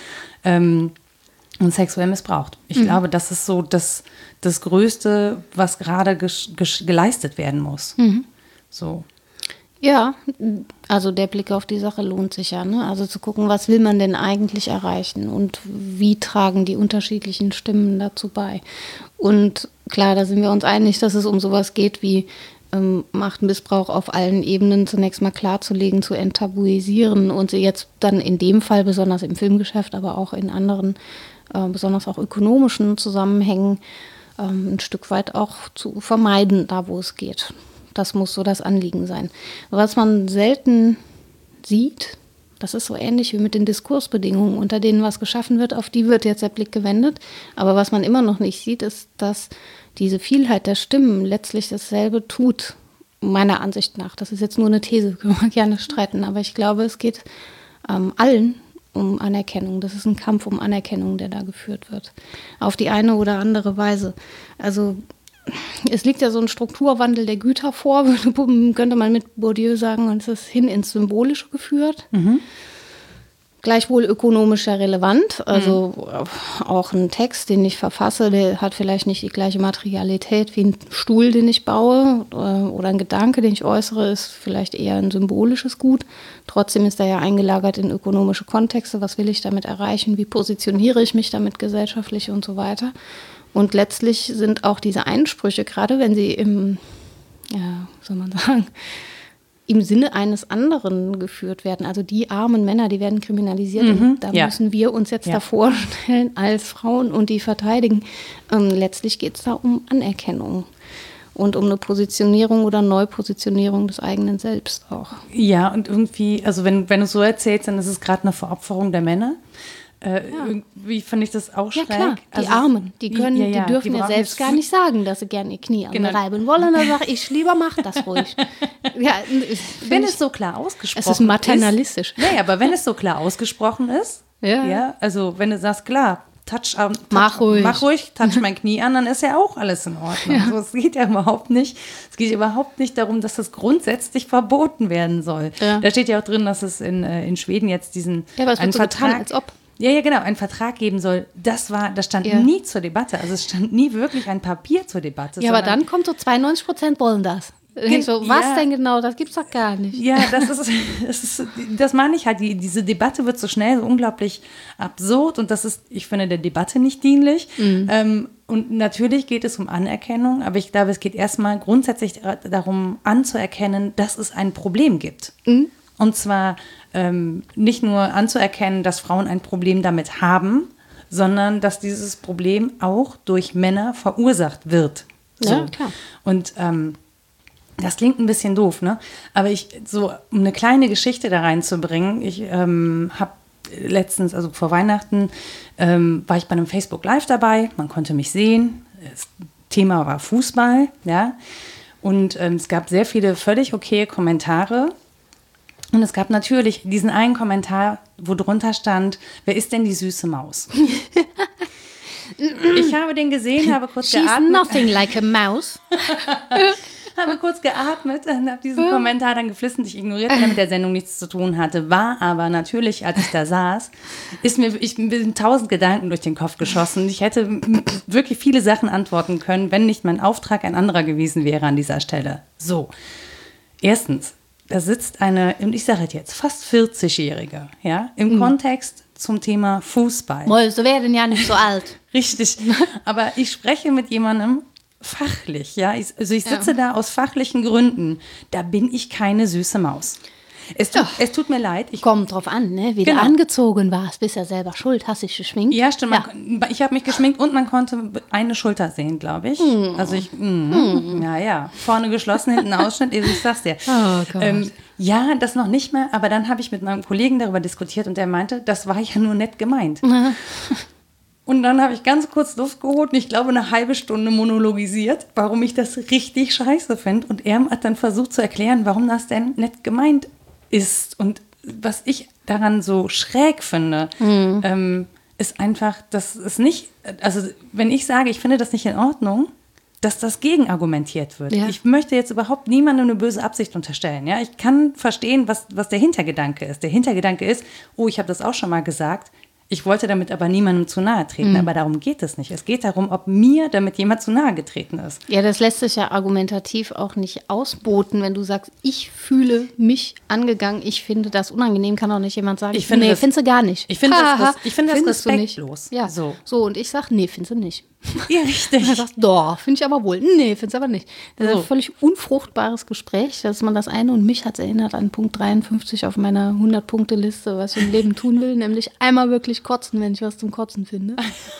und sexuell missbraucht. Ich glaube, das ist so das Größte, was gerade geleistet werden muss. So. Ja, also der Blick auf die Sache lohnt sich ja, ne? Also zu gucken, was will man denn eigentlich erreichen und wie tragen die unterschiedlichen Stimmen dazu bei. Und klar, da sind wir uns einig, dass es um sowas geht wie Machtmissbrauch auf allen Ebenen zunächst mal klarzulegen, zu enttabuisieren und sie jetzt dann in dem Fall, besonders im Filmgeschäft, aber auch in anderen, besonders auch ökonomischen Zusammenhängen, ein Stück weit auch zu vermeiden, da wo es geht. Das muss so das Anliegen sein. Was man selten sieht, das ist so ähnlich wie mit den Diskursbedingungen, unter denen was geschaffen wird, auf die wird jetzt der Blick gewendet. Aber was man immer noch nicht sieht, ist, dass diese Vielheit der Stimmen letztlich dasselbe tut, meiner Ansicht nach. Das ist jetzt nur eine These, können wir gerne streiten, aber ich glaube, es geht allen um Anerkennung. Das ist ein Kampf um Anerkennung, der da geführt wird. Auf die eine oder andere Weise. Also es liegt ja so ein Strukturwandel der Güter vor, könnte man mit Bourdieu sagen, und es ist hin ins Symbolische geführt. Gleichwohl ökonomisch ja relevant. Also auch ein Text, den ich verfasse, der hat vielleicht nicht die gleiche Materialität wie ein Stuhl, den ich baue, oder ein Gedanke, den ich äußere, ist vielleicht eher ein symbolisches Gut. Trotzdem ist er ja eingelagert in ökonomische Kontexte. Was will ich damit erreichen? Wie positioniere ich mich damit gesellschaftlich und so weiter? Und letztlich sind auch diese Einsprüche, gerade wenn sie im ja, soll man sagen, im Sinne eines anderen geführt werden. Also die armen Männer, die werden kriminalisiert. Und da müssen wir uns jetzt davor stellen als Frauen und die verteidigen. Letztlich geht es da um Anerkennung und um eine Positionierung oder Neupositionierung des eigenen Selbst auch. Ja, und irgendwie, also wenn du so erzählst, dann ist es gerade eine Veropferung der Männer. Irgendwie finde ich das auch schräg. Ja klar, die Armen, die dürfen ja selbst gar nicht sagen, dass sie gerne ihr Knie an mir reiben wollen. Dann sage ich lieber, mach das ruhig. Ja, wenn es so klar ausgesprochen ist. Es ist maternalistisch. Nee, aber wenn es so klar ausgesprochen ist, also wenn du sagst, klar, mach ruhig, touch mein Knie an, dann ist ja auch alles in Ordnung. Ja. Also, es geht überhaupt nicht darum, dass das grundsätzlich verboten werden soll. Ja. Da steht ja auch drin, dass es in Schweden jetzt aber es wird so getan, als ob. Ja, genau, einen Vertrag geben soll. Das stand nie zur Debatte. Also es stand nie wirklich ein Papier zur Debatte. Ja, aber dann kommt so 92% wollen das. So, was denn genau? Das gibt's doch gar nicht. Ja, das meine ich halt. Diese Debatte wird so schnell so unglaublich absurd und das ist, ich finde, der Debatte nicht dienlich. Und natürlich geht es um Anerkennung, aber ich glaube, es geht erstmal grundsätzlich darum anzuerkennen, dass es ein Problem gibt. Und zwar nicht nur anzuerkennen, dass Frauen ein Problem damit haben, sondern dass dieses Problem auch durch Männer verursacht wird. So. Ja, klar. Und das klingt ein bisschen doof, ne? Aber um eine kleine Geschichte da reinzubringen, ich habe letztens, also vor Weihnachten, war ich bei einem Facebook Live dabei, man konnte mich sehen, das Thema war Fußball, ja, und es gab sehr viele völlig okaye Kommentare. Und es gab natürlich diesen einen Kommentar, wo drunter stand, wer ist denn die süße Maus? Ich habe den gesehen, habe kurz geatmet. She's nothing like a mouse. Habe kurz geatmet und habe diesen Kommentar dann geflissentlich ignoriert, der mit der Sendung nichts zu tun hatte. War aber natürlich, als ich da saß, ich bin 1000 Gedanken durch den Kopf geschossen. Ich hätte wirklich viele Sachen antworten können, wenn nicht mein Auftrag ein anderer gewesen wäre an dieser Stelle. So, erstens. Da sitzt und ich sage jetzt, fast 40-Jährige, ja, im Kontext zum Thema Fußball. Sie werden ja nicht so alt. Richtig, aber ich spreche mit jemandem fachlich, ja. Ich sitze da aus fachlichen Gründen. Da bin ich keine süße Maus. Es tut mir leid. Kommt drauf an, ne? Wie du angezogen warst. Bist ja selber schuld. Hast dich geschminkt? Ja, stimmt. Ja. Ich habe mich geschminkt und man konnte eine Schulter sehen, glaube ich. Also vorne geschlossen, hinten Ausschnitt. Ich sag's dir. Oh Gott. Ja, das noch nicht mehr. Aber dann habe ich mit meinem Kollegen darüber diskutiert und der meinte, das war ja nur nett gemeint. Und dann habe ich ganz kurz Luft geholt und ich glaube eine halbe Stunde monologisiert, warum ich das richtig scheiße finde. Und er hat dann versucht zu erklären, warum das denn nett gemeint ist. Und was ich daran so schräg finde, ist einfach, dass es nicht, also wenn ich sage, ich finde das nicht in Ordnung, dass das gegenargumentiert wird. Ja. Ich möchte jetzt überhaupt niemandem eine böse Absicht unterstellen. Ja? Ich kann verstehen, was der Hintergedanke ist. Der Hintergedanke ist, ich habe das auch schon mal gesagt, ich wollte damit aber niemandem zu nahe treten. Aber darum geht es nicht. Es geht darum, ob mir damit jemand zu nahe getreten ist. Ja, das lässt sich ja argumentativ auch nicht ausboten, wenn du sagst, ich fühle mich angegangen, ich finde das unangenehm, kann auch nicht jemand sagen, findest du gar nicht. Ich finde das respektlos. Ja, so, und ich sage, nee, findest du nicht. Ja, richtig. Und er sagt, doch, finde ich aber wohl. Nee, finde es aber nicht. Das ist ein völlig unfruchtbares Gespräch, dass man das eine, und mich hat es erinnert an Punkt 53 auf meiner 100-Punkte-Liste, was ich im Leben tun will, nämlich einmal wirklich kotzen, wenn ich was zum Kotzen finde.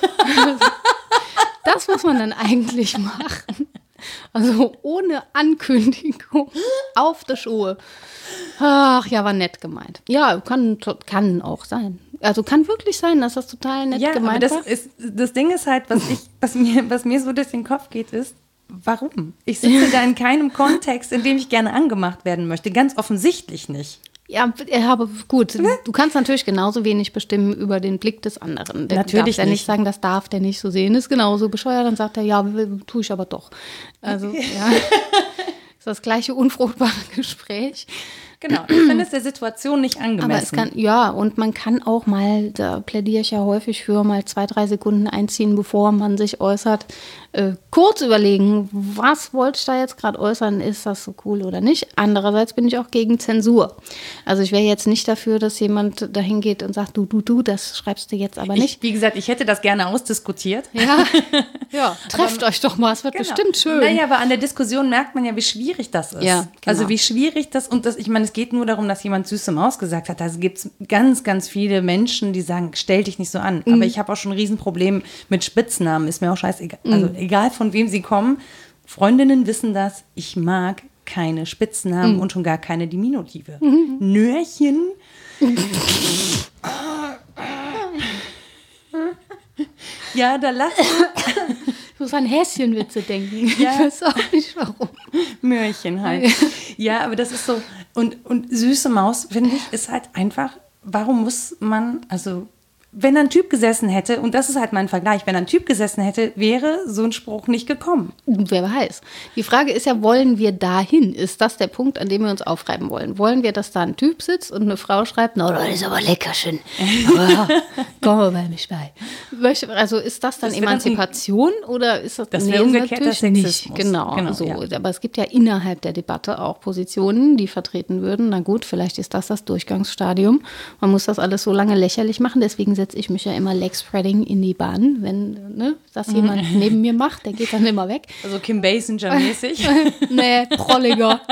Das muss man dann eigentlich machen. Also ohne Ankündigung, auf der Schuhe. Ach ja, war nett gemeint. Ja, kann auch sein. Also kann wirklich sein, dass das total nett gemeint war. Das Ding ist halt, was mir so durch den Kopf geht, ist, warum? Ich sitze da in keinem Kontext, in dem ich gerne angemacht werden möchte. Ganz offensichtlich nicht. Ja, aber gut, du kannst natürlich genauso wenig bestimmen über den Blick des anderen. Natürlich darf nicht sagen, das darf der nicht so sehen. Ist genauso bescheuert, dann sagt er, ja, tue ich aber doch. Also, ja, ist das gleiche unfruchtbare Gespräch. Genau, ich finde es der Situation nicht angemessen. Aber es kann, ja, und man kann auch mal, da plädiere ich ja häufig für, mal 2-3 Sekunden einziehen, bevor man sich äußert, kurz überlegen, was wollte ich da jetzt gerade äußern, ist das so cool oder nicht? Andererseits bin ich auch gegen Zensur. Also ich wäre jetzt nicht dafür, dass jemand dahin geht und sagt, du, das schreibst du jetzt aber nicht. Wie gesagt, ich hätte das gerne ausdiskutiert. Ja, trefft euch doch mal, es wird bestimmt schön. Naja, aber an der Diskussion merkt man ja, wie schwierig das ist. Ja, genau. Also wie schwierig das, und das, ich meine, es geht nur darum, dass jemand süße Maus gesagt hat. Also gibt es ganz, ganz viele Menschen, die sagen, stell dich nicht so an. Aber ich habe auch schon ein Riesenproblem mit Spitznamen, ist mir auch scheißegal. Also egal von wem sie kommen, Freundinnen wissen das, ich mag keine Spitznamen und schon gar keine Diminutive. Nörchen. Ja, da lass Ich muss an Häschenwitze denken. Ja. Ich weiß auch nicht, warum. Möhrchen halt. Ja, aber das ist so, und süße Maus, finde ich, ist halt einfach, warum muss man, also wenn ein Typ gesessen hätte, und das ist halt mein Vergleich, wenn ein Typ gesessen hätte, wäre so ein Spruch nicht gekommen. Wer weiß. Die Frage ist ja, wollen wir dahin? Ist das der Punkt, an dem wir uns aufreiben wollen? Wollen wir, dass da ein Typ sitzt und eine Frau schreibt, na, das ist aber leckerchen. Komm mal bei mich bei. Also ist das dann Emanzipation oder ist das? Das wäre umgekehrter Sexismus. Nicht. Genau so. Ja. Aber es gibt ja innerhalb der Debatte auch Positionen, die vertreten würden. Na gut, vielleicht ist das Durchgangsstadium. Man muss das alles so lange lächerlich machen, deswegen setze ich mich ja immer Legspreading in die Bahn, wenn das jemand neben mir macht, der geht dann immer weg. Also Kim Basinger-mäßig. Nee, prolliger.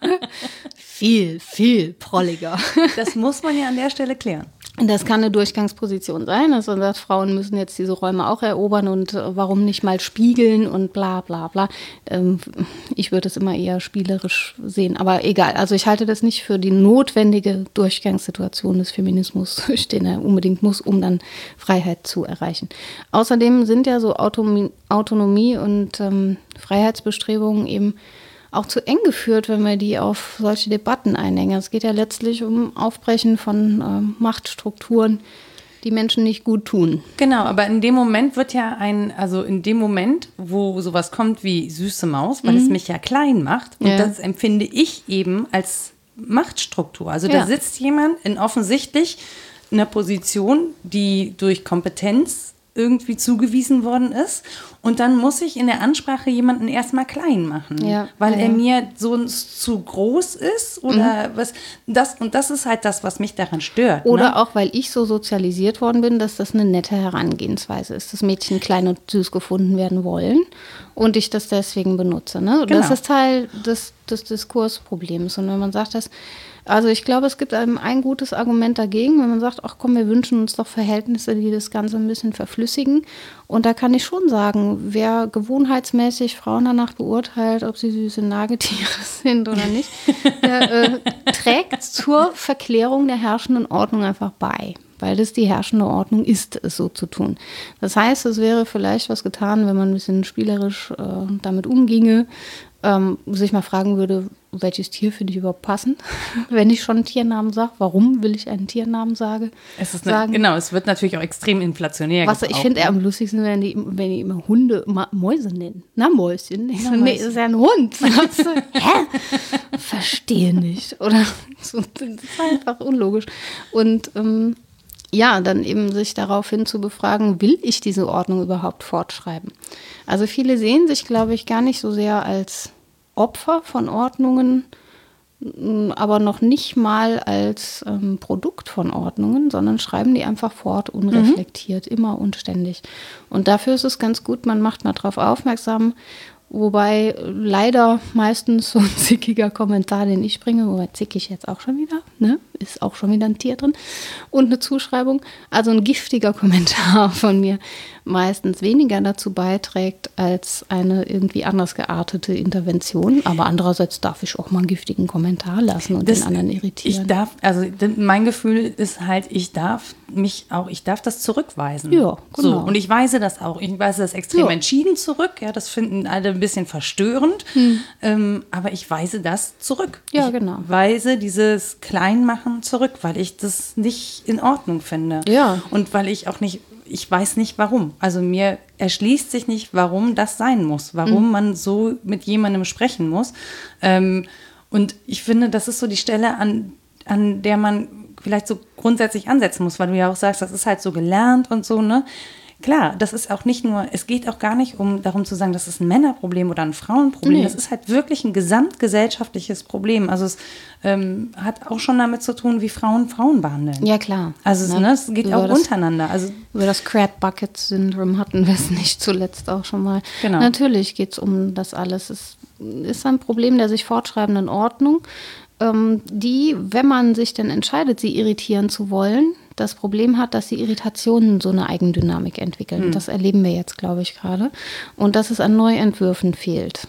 Viel prolliger. Das muss man ja an der Stelle klären. Das kann eine Durchgangsposition sein, dass man sagt, Frauen müssen jetzt diese Räume auch erobern und warum nicht mal spiegeln und bla bla bla. Ich würde es immer eher spielerisch sehen, aber egal. Also ich halte das nicht für die notwendige Durchgangssituation des Feminismus, durch den er unbedingt muss, um dann Freiheit zu erreichen. Außerdem sind ja so Autonomie und Freiheitsbestrebungen eben auch zu eng geführt, wenn wir die auf solche Debatten einhängen. Es geht ja letztlich um Aufbrechen von Machtstrukturen, die Menschen nicht gut tun. Genau, aber in dem Moment wird ja in dem Moment, wo sowas kommt wie süße Maus, weil es mich ja klein macht, und das empfinde ich eben als Machtstruktur. Also da sitzt jemand in offensichtlich einer Position, die durch Kompetenz irgendwie zugewiesen worden ist, und dann muss ich in der Ansprache jemanden erstmal klein machen, weil er mir so zu groß ist oder was. Das ist halt das, was mich daran stört. Oder auch, weil ich so sozialisiert worden bin, dass das eine nette Herangehensweise ist, dass Mädchen klein und süß gefunden werden wollen und ich das deswegen benutze. Ne? Genau. Das ist Teil des Diskursproblems. Und wenn man sagt, also ich glaube, es gibt ein gutes Argument dagegen, wenn man sagt, ach komm, wir wünschen uns doch Verhältnisse, die das Ganze ein bisschen verflüssigen. Und da kann ich schon sagen, wer gewohnheitsmäßig Frauen danach beurteilt, ob sie süße Nagetiere sind oder nicht, der trägt zur Verklärung der herrschenden Ordnung einfach bei. Weil das die herrschende Ordnung ist, es so zu tun. Das heißt, es wäre vielleicht was getan, wenn man ein bisschen spielerisch damit umginge, sich mal fragen würde, welches Tier finde ich überhaupt passend? Wenn ich schon einen Tiernamen sage, warum will ich einen Tiernamen sagen? Genau, es wird natürlich auch extrem inflationär. Ich finde eher am lustigsten, wenn die immer Hunde Mäuse nennen. Na, Mäuschen. Ich so, nee, ist ja ein Hund. Hä? Verstehe nicht. Oder so, das ist einfach unlogisch. Und dann eben sich daraufhin zu befragen, will ich diese Ordnung überhaupt fortschreiben? Also viele sehen sich, glaube ich, gar nicht so sehr als Opfer von Ordnungen, aber noch nicht mal als Produkt von Ordnungen, sondern schreiben die einfach fort, unreflektiert, immer und ständig. Und dafür ist es ganz gut, man macht mal drauf aufmerksam, wobei leider meistens so ein zickiger Kommentar, den ich bringe, wobei zickig jetzt auch schon wieder, ne? Ist auch schon wieder ein Tier drin, und eine Zuschreibung, also ein giftiger Kommentar von mir, meistens weniger dazu beiträgt als eine irgendwie anders geartete Intervention. Aber andererseits darf ich auch mal einen giftigen Kommentar lassen und den anderen irritieren. Mein Gefühl ist halt, ich darf das zurückweisen. Ja, genau. So, und ich weise das auch. Ich weise das extrem entschieden zurück. Ja, das finden alle ein bisschen verstörend. Aber ich weise das zurück. Ja, genau. Ich weise dieses Kleinmachen zurück, weil ich das nicht in Ordnung finde. Ja. Und weil ich auch nicht, ich weiß nicht warum. Also mir erschließt sich nicht, warum das sein muss. Warum man so mit jemandem sprechen muss. Und ich finde, das ist so die Stelle, an der man vielleicht so grundsätzlich ansetzen muss, weil du ja auch sagst, das ist halt so gelernt und so, ne? Klar, das ist auch nicht nur, es geht auch gar nicht darum zu sagen, das ist ein Männerproblem oder ein Frauenproblem. Nee. Das ist halt wirklich ein gesamtgesellschaftliches Problem. Also es hat auch schon damit zu tun, wie Frauen behandeln. Ja, klar. Also es geht auch untereinander. Also über das Crab-Bucket-Syndrom hatten wir es nicht zuletzt auch schon mal. Genau. Natürlich geht es um das alles. Es ist ein Problem der sich fortschreibenden Ordnung, die, wenn man sich denn entscheidet, sie irritieren zu wollen, das Problem hat, dass die Irritationen so eine Eigendynamik entwickeln. Das erleben wir jetzt, glaube ich, gerade. Und dass es an Neuentwürfen fehlt.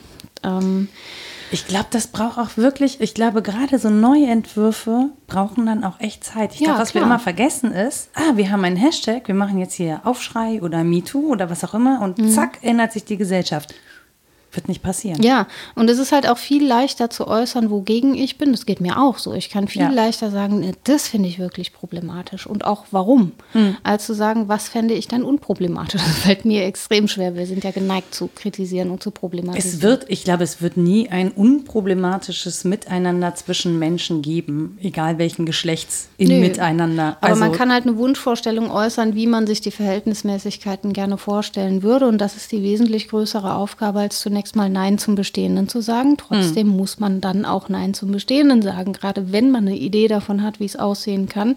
Ich glaube, das braucht auch wirklich, ich glaube, gerade so neue Entwürfe brauchen dann auch echt Zeit. Ich glaube, was wir immer vergessen ist, wir haben einen Hashtag, wir machen jetzt hier Aufschrei oder MeToo oder was auch immer und zack, ändert sich die Gesellschaft. Wird nicht passieren. Ja, und es ist halt auch viel leichter zu äußern, wogegen ich bin. Das geht mir auch so. Ich kann viel leichter sagen, das finde ich wirklich problematisch und auch warum, als zu sagen, was fände ich dann unproblematisch. Das fällt mir extrem schwer. Wir sind ja geneigt zu kritisieren und zu problematisieren. Ich glaube, es wird nie ein unproblematisches Miteinander zwischen Menschen geben, egal welchen Geschlechts Miteinander. Aber man kann halt eine Wunschvorstellung äußern, wie man sich die Verhältnismäßigkeiten gerne vorstellen würde. Und das ist die wesentlich größere Aufgabe, als zunächst mal Nein zum Bestehenden zu sagen. Trotzdem muss man dann auch Nein zum Bestehenden sagen, gerade wenn man eine Idee davon hat, wie es aussehen kann.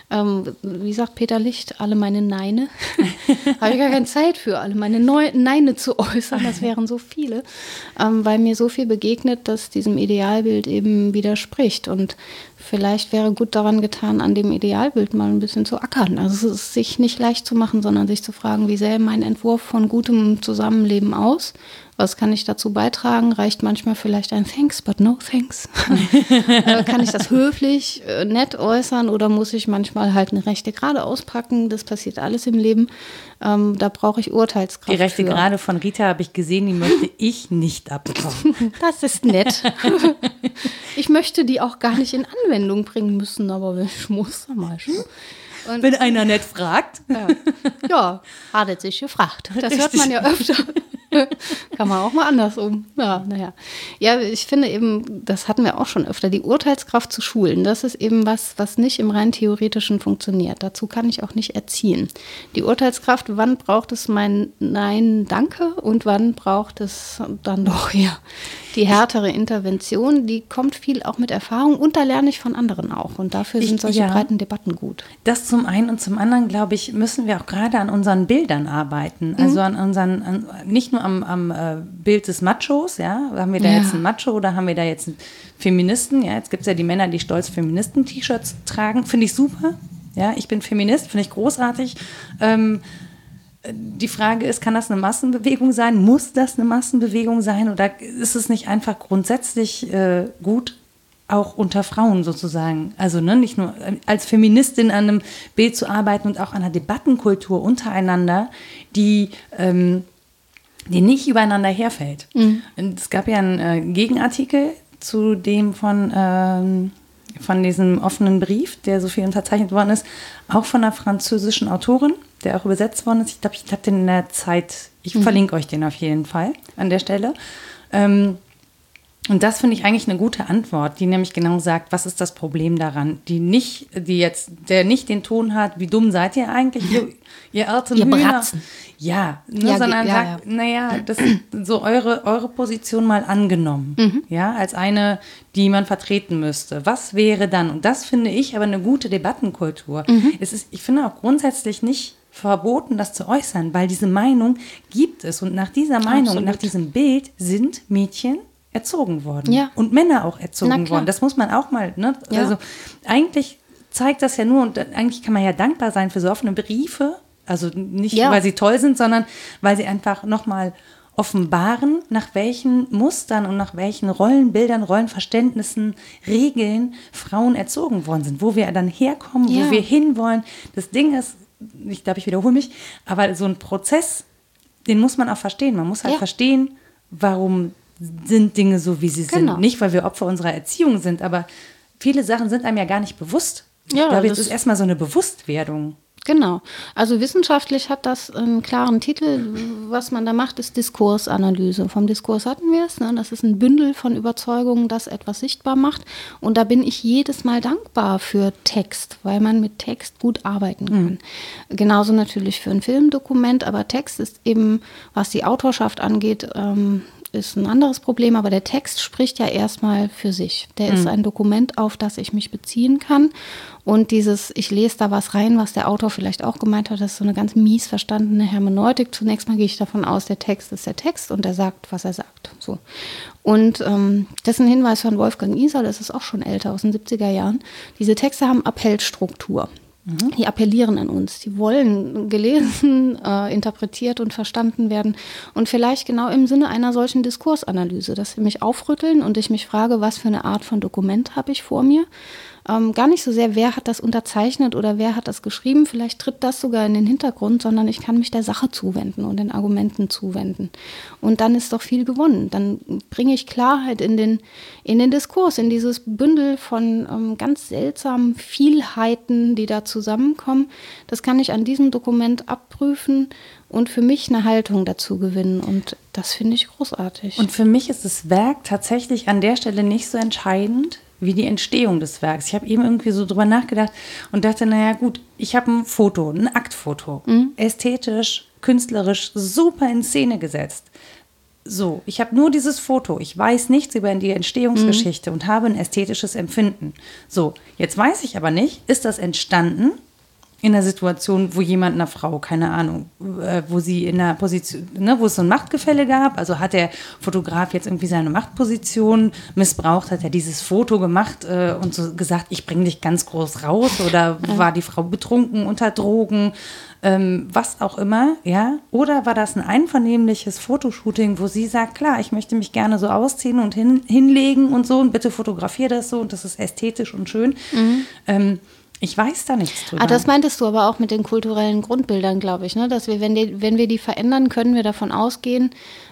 Wie sagt Peter Licht, alle meine Neine. Habe ich gar keine Zeit für, alle meine Neine zu äußern. Das wären so viele, weil mir so viel begegnet, das diesem Idealbild eben widerspricht. Und vielleicht wäre gut daran getan, an dem Idealbild mal ein bisschen zu ackern. Also es ist sich nicht leicht zu machen, sondern sich zu fragen, wie sähe mein Entwurf von gutem Zusammenleben aus? Was kann ich dazu beitragen? Reicht manchmal vielleicht ein Thanks, but no thanks? Kann ich das höflich, nett äußern oder muss ich manchmal halt eine rechte Gerade auspacken? Das passiert alles im Leben. Da brauche ich Urteilskraft. Die rechte Gerade von Rita habe ich gesehen, die möchte ich nicht abbekommen. Das ist nett. Ich möchte die auch gar nicht in Anwendung bringen müssen, aber ich muss da mal schon. Und wenn einer nett fragt. Ja, hat sich gefragt. Das hört man ja öfter. Kann man auch mal andersrum. Ja, ich finde eben, das hatten wir auch schon öfter, die Urteilskraft zu schulen. Das ist eben was nicht im rein Theoretischen funktioniert. Dazu kann ich auch nicht erziehen. Die Urteilskraft, wann braucht es mein Nein, danke und wann braucht es dann doch die härtere Intervention, die kommt viel auch mit Erfahrung und da lerne ich von anderen auch. Und dafür sind solche breiten Debatten gut. Das zum einen und zum anderen, glaube ich, müssen wir auch gerade an unseren Bildern arbeiten. Also an unseren, nicht nur am Bild des Machos, haben wir da jetzt einen Macho oder haben wir da jetzt einen Feministen? Ja, jetzt gibt es ja die Männer, die stolz Feministen-T-Shirts tragen. Finde ich super. Ja, ich bin Feminist, finde ich großartig. Die Frage ist, kann das eine Massenbewegung sein? Muss das eine Massenbewegung sein? Oder ist es nicht einfach grundsätzlich gut, auch unter Frauen sozusagen, also nicht nur als Feministin an einem Bild zu arbeiten und auch an einer Debattenkultur untereinander, die nicht übereinander herfällt. Und es gab ja einen Gegenartikel zu dem von diesem offenen Brief, der so viel unterzeichnet worden ist, auch von einer französischen Autorin, der auch übersetzt worden ist. Ich glaube, ich habe den in der Zeit, ich verlinke euch den auf jeden Fall an der Stelle. Und das finde ich eigentlich eine gute Antwort, die nämlich genau sagt, was ist das Problem daran, der nicht den Ton hat, wie dumm seid ihr eigentlich, ihr alten Hühner. Bratzen. Sondern sagt, das ist so eure Position mal angenommen, als eine, die man vertreten müsste. Was wäre dann? Und das finde ich aber eine gute Debattenkultur. Ich finde auch grundsätzlich nicht verboten, das zu äußern, weil diese Meinung gibt es. Und nach dieser Meinung, nach diesem Bild sind Mädchen erzogen worden. Ja. Und Männer auch erzogen worden. Das muss man auch mal, Also eigentlich zeigt das ja nur, und eigentlich kann man ja dankbar sein für so offene Briefe, also nicht, weil sie toll sind, sondern weil sie einfach nochmal offenbaren, nach welchen Mustern und nach welchen Rollenbildern, Rollenverständnissen, Regeln Frauen erzogen worden sind, wo wir dann herkommen, wo wir hinwollen. Das Ding ist, ich glaube, ich wiederhole mich, aber so ein Prozess, den muss man auch verstehen. Man muss halt verstehen, warum sind Dinge so, wie sie sind. Nicht, weil wir Opfer unserer Erziehung sind, aber viele Sachen sind einem ja gar nicht bewusst. Ich glaube, jetzt ist erstmal so eine Bewusstwerdung. Genau. Also wissenschaftlich hat das einen klaren Titel. Was man da macht, ist Diskursanalyse. Vom Diskurs hatten wir es. Ne? Das ist ein Bündel von Überzeugungen, das etwas sichtbar macht. Und da bin ich jedes Mal dankbar für Text, weil man mit Text gut arbeiten kann. Genauso natürlich für ein Filmdokument, aber Text ist eben, was die Autorschaft angeht, ist ein anderes Problem, aber der Text spricht ja erstmal für sich. Der ist ein Dokument, auf das ich mich beziehen kann. Und ich lese da was rein, was der Autor vielleicht auch gemeint hat, das ist so eine ganz mies verstandene Hermeneutik. Zunächst mal gehe ich davon aus, der Text ist der Text und er sagt, was er sagt. So. Und das ist ein Hinweis von Wolfgang Iser, das ist auch schon älter, aus den 70er Jahren. Diese Texte haben Appellstruktur. Die appellieren an uns, die wollen gelesen, interpretiert und verstanden werden und vielleicht genau im Sinne einer solchen Diskursanalyse, dass sie mich aufrütteln und ich mich frage, was für eine Art von Dokument habe ich vor mir. Gar nicht so sehr, wer hat das unterzeichnet oder wer hat das geschrieben, vielleicht tritt das sogar in den Hintergrund, sondern ich kann mich der Sache zuwenden und den Argumenten zuwenden. Und dann ist doch viel gewonnen. Dann bringe ich Klarheit in den Diskurs, in dieses Bündel von ganz seltsamen Vielheiten, die da zusammenkommen. Das kann ich an diesem Dokument abprüfen und für mich eine Haltung dazu gewinnen. Und das finde ich großartig. Und für mich ist das Werk tatsächlich an der Stelle nicht so entscheidend wie die Entstehung des Werks. Ich habe eben irgendwie so drüber nachgedacht und dachte, naja gut, ich habe ein Foto, ein Aktfoto, ästhetisch, künstlerisch super in Szene gesetzt. So, ich habe nur dieses Foto, ich weiß nichts über die Entstehungsgeschichte und habe ein ästhetisches Empfinden. So, jetzt weiß ich aber nicht, ist das entstanden in einer Situation, wo jemand einer Frau, keine Ahnung, wo sie in einer Position, ne, wo es so ein Machtgefälle gab, also hat der Fotograf jetzt irgendwie seine Machtposition missbraucht, hat er dieses Foto gemacht und so gesagt, ich bringe dich ganz groß raus, oder war die Frau betrunken, unter Drogen, was auch immer, ja, oder war das ein einvernehmliches Fotoshooting, wo sie sagt, klar, ich möchte mich gerne so ausziehen und hinlegen und so und bitte fotografiere das so und das ist ästhetisch und schön. Ich weiß da nichts drüber. Das meintest du aber auch mit den kulturellen Grundbildern, glaube ich, ne? Dass wir, wenn wir die verändern, können wir davon ausgehen,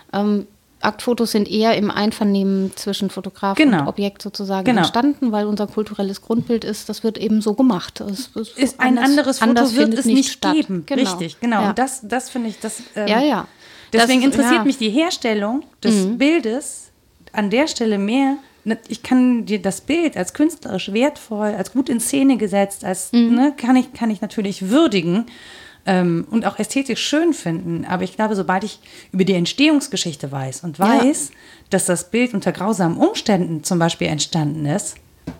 Aktfotos sind eher im Einvernehmen zwischen Fotograf und Objekt sozusagen entstanden, weil unser kulturelles Grundbild ist, das wird eben so gemacht. Es ist ein anderes Foto wird es nicht geben. Genau. Richtig, genau. Ja. Und das finde ich, deswegen interessiert mich die Herstellung des Bildes an der Stelle mehr. Ich kann dir das Bild als künstlerisch wertvoll, als gut in Szene gesetzt, als kann ich natürlich würdigen und auch ästhetisch schön finden. Aber ich glaube, sobald ich über die Entstehungsgeschichte weiß und weiß, dass das Bild unter grausamen Umständen zum Beispiel entstanden ist,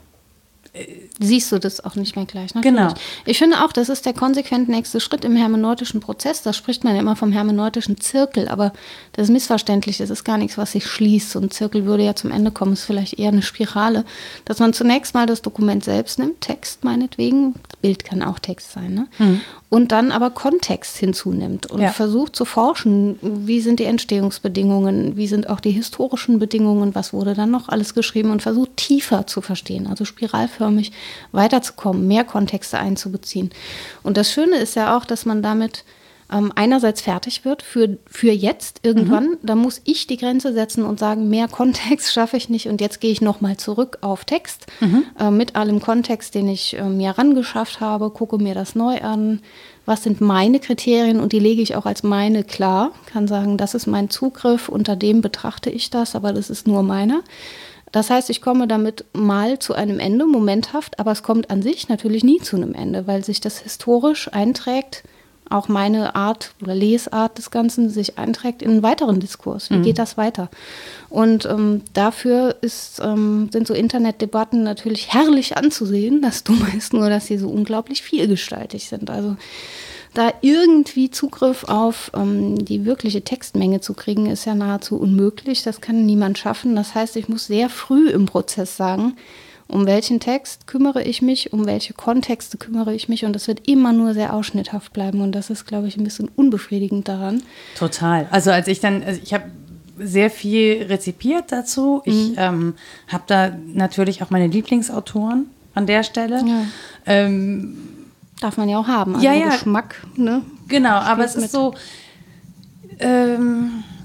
siehst du das auch nicht mehr gleich. Natürlich. Genau. Ich finde auch, das ist der konsequent nächste Schritt im hermeneutischen Prozess. Da spricht man ja immer vom hermeneutischen Zirkel, aber das ist missverständlich. Das ist gar nichts, was sich schließt. So ein Zirkel würde ja zum Ende kommen. Das ist vielleicht eher eine Spirale. Dass man zunächst mal das Dokument selbst nimmt, Text meinetwegen. Das Bild kann auch Text sein, ne? Und dann aber Kontext hinzunimmt und versucht zu forschen, wie sind die Entstehungsbedingungen, wie sind auch die historischen Bedingungen, was wurde dann noch alles geschrieben und versucht tiefer zu verstehen, also spiralförmig weiterzukommen, mehr Kontexte einzubeziehen. Und das Schöne ist ja auch, dass man damit einerseits fertig wird für jetzt irgendwann, da muss ich die Grenze setzen und sagen, mehr Kontext schaffe ich nicht und jetzt gehe ich nochmal zurück auf Text mit allem Kontext, den ich mir rangeschafft habe, gucke mir das neu an, was sind meine Kriterien und die lege ich auch als meine klar, kann sagen, das ist mein Zugriff, unter dem betrachte ich das, aber das ist nur meiner. Das heißt, ich komme damit mal zu einem Ende, momenthaft, aber es kommt an sich natürlich nie zu einem Ende, weil sich das historisch einträgt, auch meine Art oder Lesart des Ganzen sich einträgt in einen weiteren Diskurs. Wie geht das weiter? Und dafür sind so Internetdebatten natürlich herrlich anzusehen. Das Dumme ist nur, dass sie so unglaublich vielgestaltig sind. Also da irgendwie Zugriff auf die wirkliche Textmenge zu kriegen, ist ja nahezu unmöglich. Das kann niemand schaffen. Das heißt, ich muss sehr früh im Prozess sagen, um welchen Text kümmere ich mich, um welche Kontexte kümmere ich mich und das wird immer nur sehr ausschnitthaft bleiben und das ist, glaube ich, ein bisschen unbefriedigend daran. Total. Also ich habe sehr viel rezipiert dazu. Ich habe da natürlich auch meine Lieblingsautoren an der Stelle. Ja. Darf man ja auch haben, also Geschmack. Ne? Genau, aber es ist so,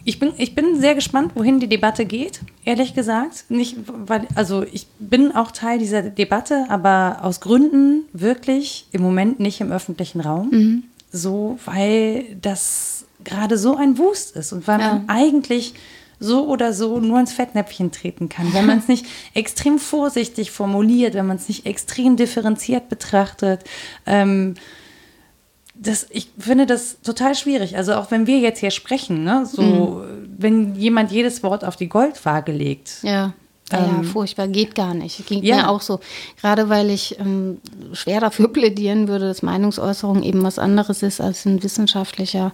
Ich bin sehr gespannt, wohin die Debatte geht, ehrlich gesagt. Nicht, also ich bin auch Teil dieser Debatte, aber aus Gründen wirklich im Moment nicht im öffentlichen Raum. So, weil das gerade so ein Wust ist und weil man eigentlich so oder so nur ins Fettnäpfchen treten kann, wenn man es nicht extrem vorsichtig formuliert, wenn man es nicht extrem differenziert betrachtet. Ich finde das total schwierig. Also auch wenn wir jetzt hier sprechen, ne, wenn jemand jedes Wort auf die Goldwaage legt. Ja, furchtbar, geht gar nicht. Geht mir auch so. Gerade weil ich schwer dafür plädieren würde, dass Meinungsäußerung eben was anderes ist als ein wissenschaftliches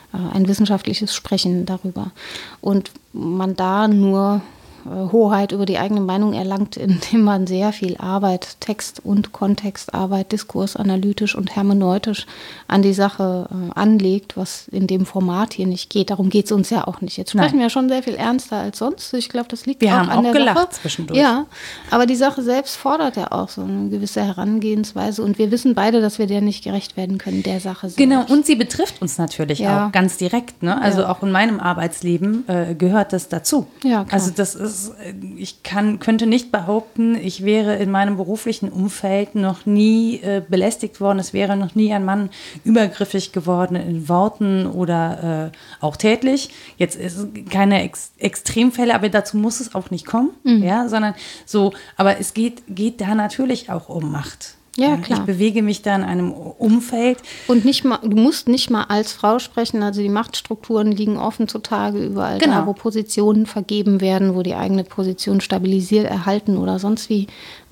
Sprechen darüber. Und man da nur Hoheit über die eigene Meinung erlangt, indem man sehr viel Arbeit, Text- und Kontextarbeit, diskursanalytisch und hermeneutisch an die Sache anlegt, was in dem Format hier nicht geht. Darum geht es uns ja auch nicht. Jetzt sprechen wir schon sehr viel ernster als sonst. Ich glaube, das liegt auch an der Sache. Wir haben auch gelacht zwischendurch. Ja, aber die Sache selbst fordert ja auch so eine gewisse Herangehensweise und wir wissen beide, dass wir der nicht gerecht werden können, der Sache selbst. Genau, und sie betrifft uns natürlich auch ganz direkt. Ne? Also auch in meinem Arbeitsleben gehört das dazu. Ja, klar. Also das ist, ich könnte nicht behaupten, ich wäre in meinem beruflichen Umfeld noch nie belästigt worden, es wäre noch nie ein Mann übergriffig geworden in Worten oder auch tätlich. Jetzt ist keine Extremfälle, aber dazu muss es auch nicht kommen, sondern so, aber es geht da natürlich auch um Macht. Ja, klar. Ich bewege mich da in einem Umfeld. Und du musst nicht mal als Frau sprechen, also die Machtstrukturen liegen offen zutage überall da, wo Positionen vergeben werden, wo die eigene Position stabilisiert, erhalten oder sonst wie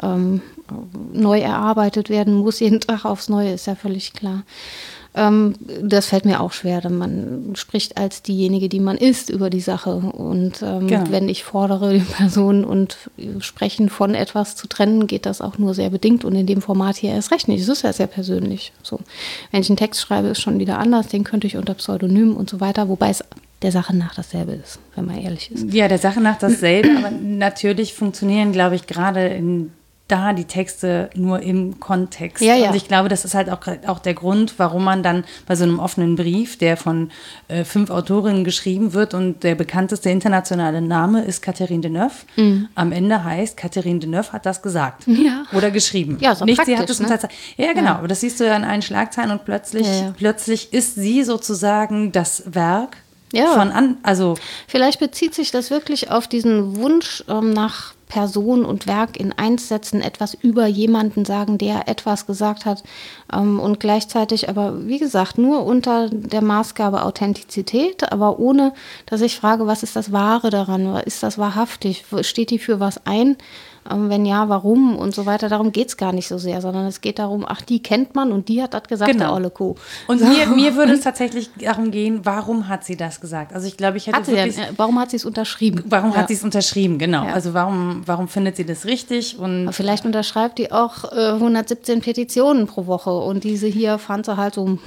neu erarbeitet werden muss, jeden Tag aufs Neue, ist ja völlig klar. Das fällt mir auch schwer, denn man spricht als diejenige, die man ist, über die Sache. Und wenn ich fordere, die Person und Sprechen von etwas zu trennen, geht das auch nur sehr bedingt und in dem Format hier erst recht nicht. Es ist ja sehr persönlich. So. Wenn ich einen Text schreibe, ist schon wieder anders, den könnte ich unter Pseudonym und so weiter, wobei es der Sache nach dasselbe ist, wenn man ehrlich ist. Ja, der Sache nach dasselbe, aber natürlich funktionieren, glaube ich, gerade da die Texte nur im Kontext. Ja. Und ich glaube, das ist halt auch der Grund, warum man dann bei so einem offenen Brief, der von 5 Autorinnen geschrieben wird und der bekannteste internationale Name ist Catherine Deneuve, am Ende heißt, Catherine Deneuve hat das gesagt oder geschrieben. Ja, so nicht sie hat es unterzeichnet. Ja, genau, aber das siehst du ja in allen Schlagzeilen und plötzlich ist sie sozusagen das Werk also vielleicht bezieht sich das wirklich auf diesen Wunsch nach Person und Werk in eins setzen, etwas über jemanden sagen, der etwas gesagt hat und gleichzeitig aber, wie gesagt, nur unter der Maßgabe Authentizität, aber ohne, dass ich frage, was ist das Wahre daran? Ist das wahrhaftig? Steht die für was ein? Wenn ja, warum und so weiter. Darum geht es gar nicht so sehr, sondern es geht darum, ach, die kennt man und die hat das gesagt, der Olle Kuh. Und mir würde es tatsächlich darum gehen, warum hat sie das gesagt? Also ich glaube, ich hätte warum hat sie es unterschrieben? Warum hat sie es unterschrieben, genau. Ja. Also warum findet sie das richtig? Und aber vielleicht unterschreibt die auch 117 Petitionen pro Woche und diese hier fand sie halt zu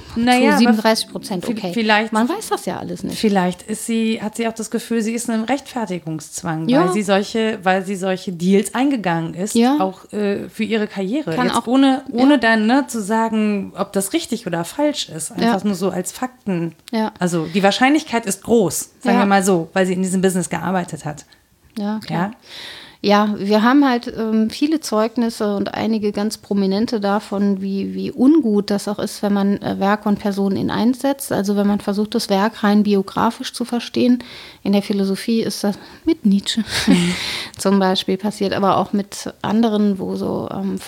37%. Okay, vielleicht, man weiß das ja alles nicht. Vielleicht hat sie auch das Gefühl, sie ist in einem Rechtfertigungszwang, weil sie solche Deals eingegangen ist, auch für ihre Karriere. Jetzt ohne dann zu sagen, ob das richtig oder falsch ist. Einfach nur so als Fakten. Ja. Also die Wahrscheinlichkeit ist groß, sagen wir mal so, weil sie in diesem Business gearbeitet hat. Ja, klar. Ja, wir haben halt viele Zeugnisse und einige ganz prominente davon, wie ungut das auch ist, wenn man Werk und Personen in eins setzt. Also wenn man versucht, das Werk rein biografisch zu verstehen. In der Philosophie ist mit Nietzsche zum Beispiel passiert, aber auch mit anderen, wo so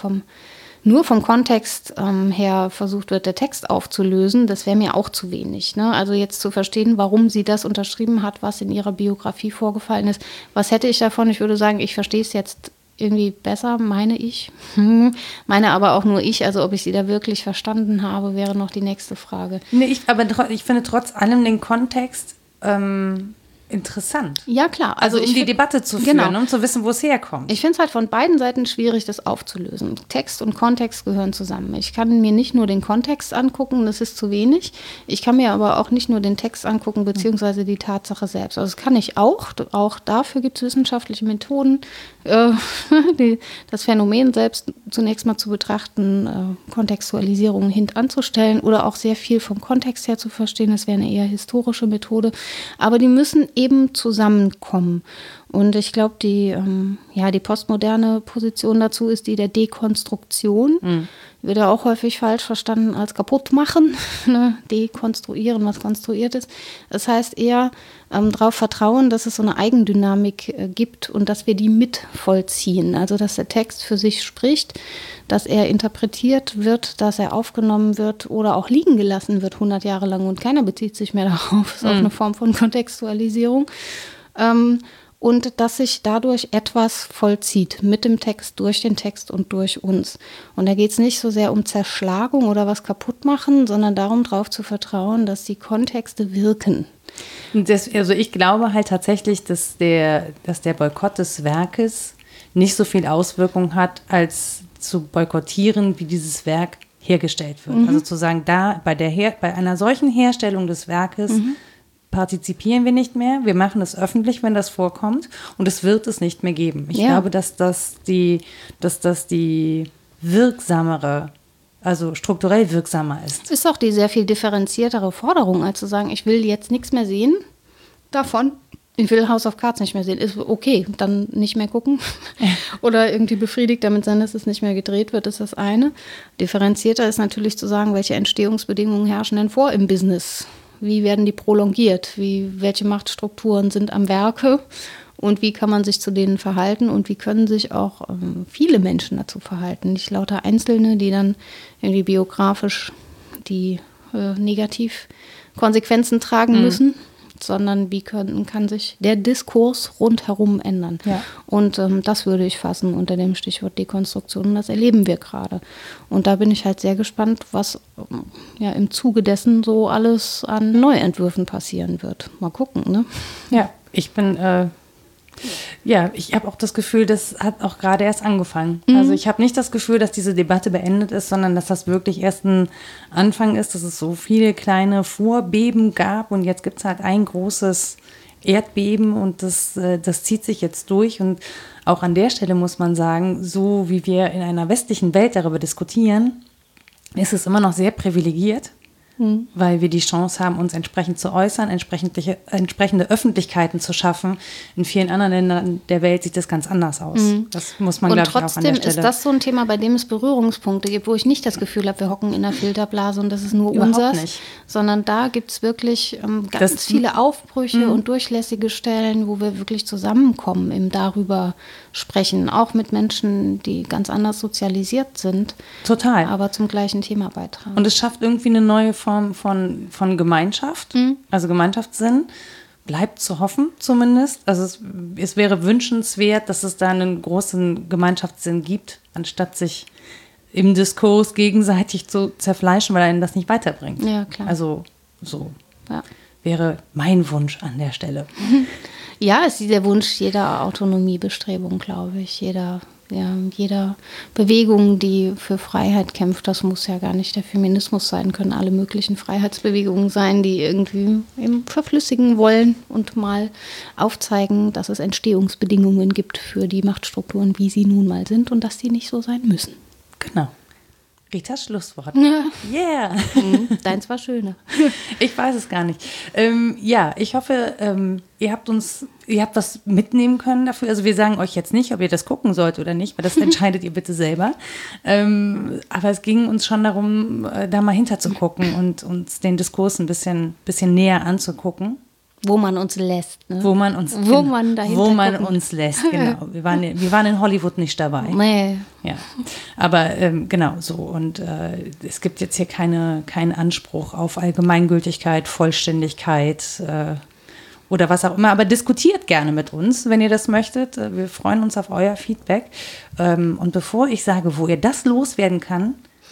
nur vom Kontext her versucht wird, der Text aufzulösen, das wäre mir auch zu wenig. Ne? Also jetzt zu verstehen, warum sie das unterschrieben hat, was in ihrer Biografie vorgefallen ist. Was hätte ich davon? Ich würde sagen, ich verstehe es jetzt irgendwie besser, meine ich. Meine aber auch nur ich. Also ob ich sie da wirklich verstanden habe, wäre noch die nächste Frage. Nee, ich finde trotz allem den Kontext, in interessant. Ja, klar. Also um die Debatte zu führen, um zu wissen, wo es herkommt. Ich finde es halt von beiden Seiten schwierig, das aufzulösen. Text und Kontext gehören zusammen. Ich kann mir nicht nur den Kontext angucken, das ist zu wenig. Ich kann mir aber auch nicht nur den Text angucken, beziehungsweise die Tatsache selbst. Also das kann ich auch. Auch dafür gibt es wissenschaftliche Methoden, das Phänomen selbst zunächst mal zu betrachten, Kontextualisierung hintanzustellen oder auch sehr viel vom Kontext her zu verstehen. Das wäre eine eher historische Methode. Aber die müssen eben zusammenkommen. Und ich glaube, die postmoderne Position dazu ist die der Dekonstruktion. Wird ja auch häufig falsch verstanden als kaputt machen, ne? Dekonstruieren, was konstruiert ist. Das heißt eher darauf vertrauen, dass es so eine Eigendynamik gibt und dass wir die mit vollziehen. Also dass der Text für sich spricht, dass er interpretiert wird, dass er aufgenommen wird oder auch liegen gelassen wird 100 Jahre lang und keiner bezieht sich mehr darauf. Das ist auch eine Form von Kontextualisierung. Und dass sich dadurch etwas vollzieht mit dem Text, durch den Text und durch uns. Und da geht es nicht so sehr um Zerschlagung oder was kaputt machen, sondern darum, darauf zu vertrauen, dass die Kontexte wirken. Also ich glaube halt tatsächlich, dass der Boykott des Werkes nicht so viel Auswirkung hat, als zu boykottieren, wie dieses Werk hergestellt wird. Also zu sagen, bei einer solchen Herstellung des Werkes partizipieren wir nicht mehr, wir machen es öffentlich, wenn das vorkommt und es wird es nicht mehr geben. Ich glaube, dass das die wirksamere, also strukturell wirksamer ist. Es ist auch die sehr viel differenziertere Forderung, als zu sagen, ich will jetzt nichts mehr sehen davon. Ich will House of Cards nicht mehr sehen. Ist okay, dann nicht mehr gucken. Oder irgendwie befriedigt damit sein, dass es nicht mehr gedreht wird, ist das eine. Differenzierter ist natürlich zu sagen, welche Entstehungsbedingungen herrschen denn vor im Business? Wie werden die prolongiert? Welche Machtstrukturen sind am Werke? Und wie kann man sich zu denen verhalten? Und wie können sich auch viele Menschen dazu verhalten? Nicht lauter Einzelne, die dann irgendwie biografisch die Negativkonsequenzen tragen müssen, sondern wie kann sich der Diskurs rundherum ändern. Ja. Und das würde ich fassen unter dem Stichwort Dekonstruktion. Und das erleben wir gerade. Und da bin ich halt sehr gespannt, was im Zuge dessen so alles an Neuentwürfen passieren wird. Mal gucken, ne? Ja, ich bin... ich habe auch das Gefühl, das hat auch gerade erst angefangen. Also ich habe nicht das Gefühl, dass diese Debatte beendet ist, sondern dass das wirklich erst ein Anfang ist, dass es so viele kleine Vorbeben gab und jetzt gibt es halt ein großes Erdbeben und das zieht sich jetzt durch. Und auch an der Stelle muss man sagen, so wie wir in einer westlichen Welt darüber diskutieren, ist es immer noch sehr privilegiert. Weil wir die Chance haben, uns entsprechend zu äußern, entsprechende Öffentlichkeiten zu schaffen. In vielen anderen Ländern der Welt sieht das ganz anders aus. Das muss man, glaube ich, auch an der Stelle. Und trotzdem ist das so ein Thema, bei dem es Berührungspunkte gibt, wo ich nicht das Gefühl habe, wir hocken in einer Filterblase und das ist nur unseres, sondern da gibt es wirklich ganz viele Aufbrüche und durchlässige Stellen, wo wir wirklich zusammenkommen im darüber sprechen, auch mit Menschen, die ganz anders sozialisiert sind. Total. Aber zum gleichen Thema beitragen. Und es schafft irgendwie eine neue Form von Gemeinschaft, also Gemeinschaftssinn. Bleibt zu hoffen zumindest. Also es wäre wünschenswert, dass es da einen großen Gemeinschaftssinn gibt, anstatt sich im Diskurs gegenseitig zu zerfleischen, weil einen das nicht weiterbringt. Ja, klar. Also so wäre mein Wunsch an der Stelle. Ja, es ist der Wunsch jeder Autonomiebestrebung, glaube ich. Jeder Bewegung, die für Freiheit kämpft. Das muss ja gar nicht der Feminismus sein, können alle möglichen Freiheitsbewegungen sein, die irgendwie eben verflüssigen wollen und mal aufzeigen, dass es Entstehungsbedingungen gibt für die Machtstrukturen, wie sie nun mal sind und dass die nicht so sein müssen. Genau. Ritas Schlusswort. Ja. Yeah. Deins war schöner. Ich weiß es gar nicht. Ich hoffe, ihr habt was mitnehmen können dafür. Also wir sagen euch jetzt nicht, ob ihr das gucken sollt oder nicht, weil das entscheidet ihr bitte selber. Aber es ging uns schon darum, da mal hinter zu gucken und uns den Diskurs ein bisschen näher anzugucken. Wo man uns lässt. Ne? Wo man uns lässt, genau. Wir waren in Hollywood nicht dabei. Nee. Ja. Aber genau so. Und es gibt jetzt hier keinen Anspruch auf Allgemeingültigkeit, Vollständigkeit oder was auch immer. Aber diskutiert gerne mit uns, wenn ihr das möchtet. Wir freuen uns auf euer Feedback. Und bevor ich sage, wo ihr das loswerden kann,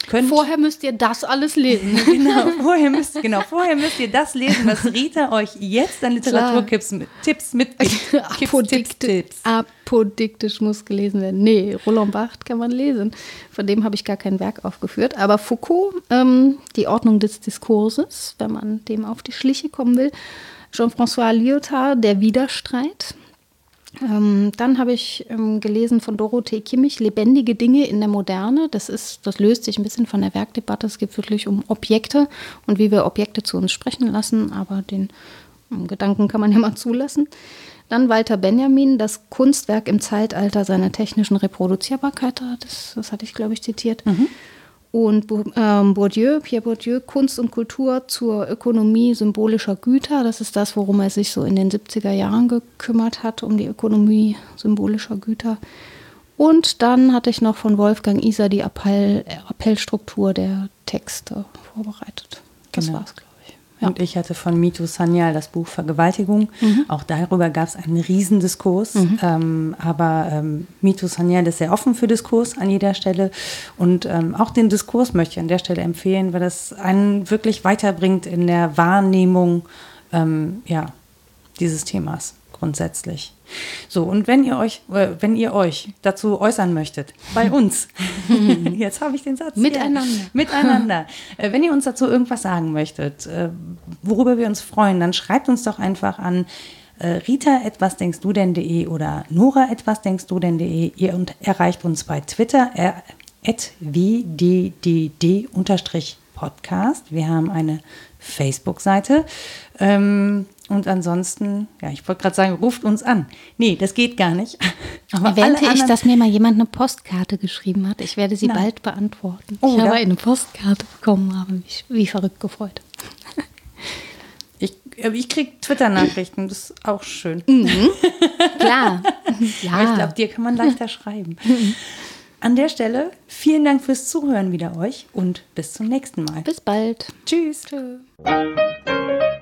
Vorher müsst ihr das alles lesen. Vorher müsst ihr das lesen, was Rita euch jetzt an Literaturtipps mitgibt. Apodiktisch muss gelesen werden. Nee, Roland Barthes kann man lesen. Von dem habe ich gar kein Werk aufgeführt. Aber Foucault, die Ordnung des Diskurses, wenn man dem auf die Schliche kommen will. Jean-François Lyotard, Der Widerstreit. Dann habe ich gelesen von Dorothee Kimmich, Lebendige Dinge in der Moderne. Das löst sich ein bisschen von der Werkdebatte. Es geht wirklich um Objekte und wie wir Objekte zu uns sprechen lassen. Aber den Gedanken kann man ja mal zulassen. Dann Walter Benjamin, das Kunstwerk im Zeitalter seiner technischen Reproduzierbarkeit. Das hatte ich, glaube ich, zitiert. Mhm. Und Pierre Bourdieu, Kunst und Kultur zur Ökonomie symbolischer Güter. Das ist das, worum er sich so in den 70er Jahren gekümmert hat, um die Ökonomie symbolischer Güter. Und dann hatte ich noch von Wolfgang Iser die Appellstruktur der Texte vorbereitet. Das war's, glaube ich. Ja. Und ich hatte von Mitu Sanyal das Buch Vergewaltigung. Mhm. Auch darüber gab es einen Riesendiskurs. Mhm. Aber Mitu Sanyal ist sehr offen für Diskurs an jeder Stelle. Und auch den Diskurs möchte ich an der Stelle empfehlen, weil das einen wirklich weiterbringt in der Wahrnehmung dieses Themas grundsätzlich. So, und wenn ihr euch dazu äußern möchtet, bei uns, jetzt habe ich den Satz. Miteinander. Wenn ihr uns dazu irgendwas sagen möchtet, worüber wir uns freuen, dann schreibt uns doch einfach an rita@wasdenkstudenn.de oder nora@wasdenkstudenn.de. Ihr erreicht uns bei Twitter @wddd_podcast. Wir haben eine Facebook-Seite. Und ansonsten, ich wollte gerade sagen, ruft uns an. Nee, das geht gar nicht. Aber erwähnte ich, dass mir mal jemand eine Postkarte geschrieben hat. Ich werde sie bald beantworten. Ich habe eine Postkarte bekommen, habe mich wie verrückt gefreut. Ich kriege Twitter-Nachrichten, das ist auch schön. Mhm. Klar. Ja. Aber ich glaube, dir kann man leichter schreiben. An der Stelle, vielen Dank fürs Zuhören wieder euch und bis zum nächsten Mal. Bis bald. Tschüss. Tschüss.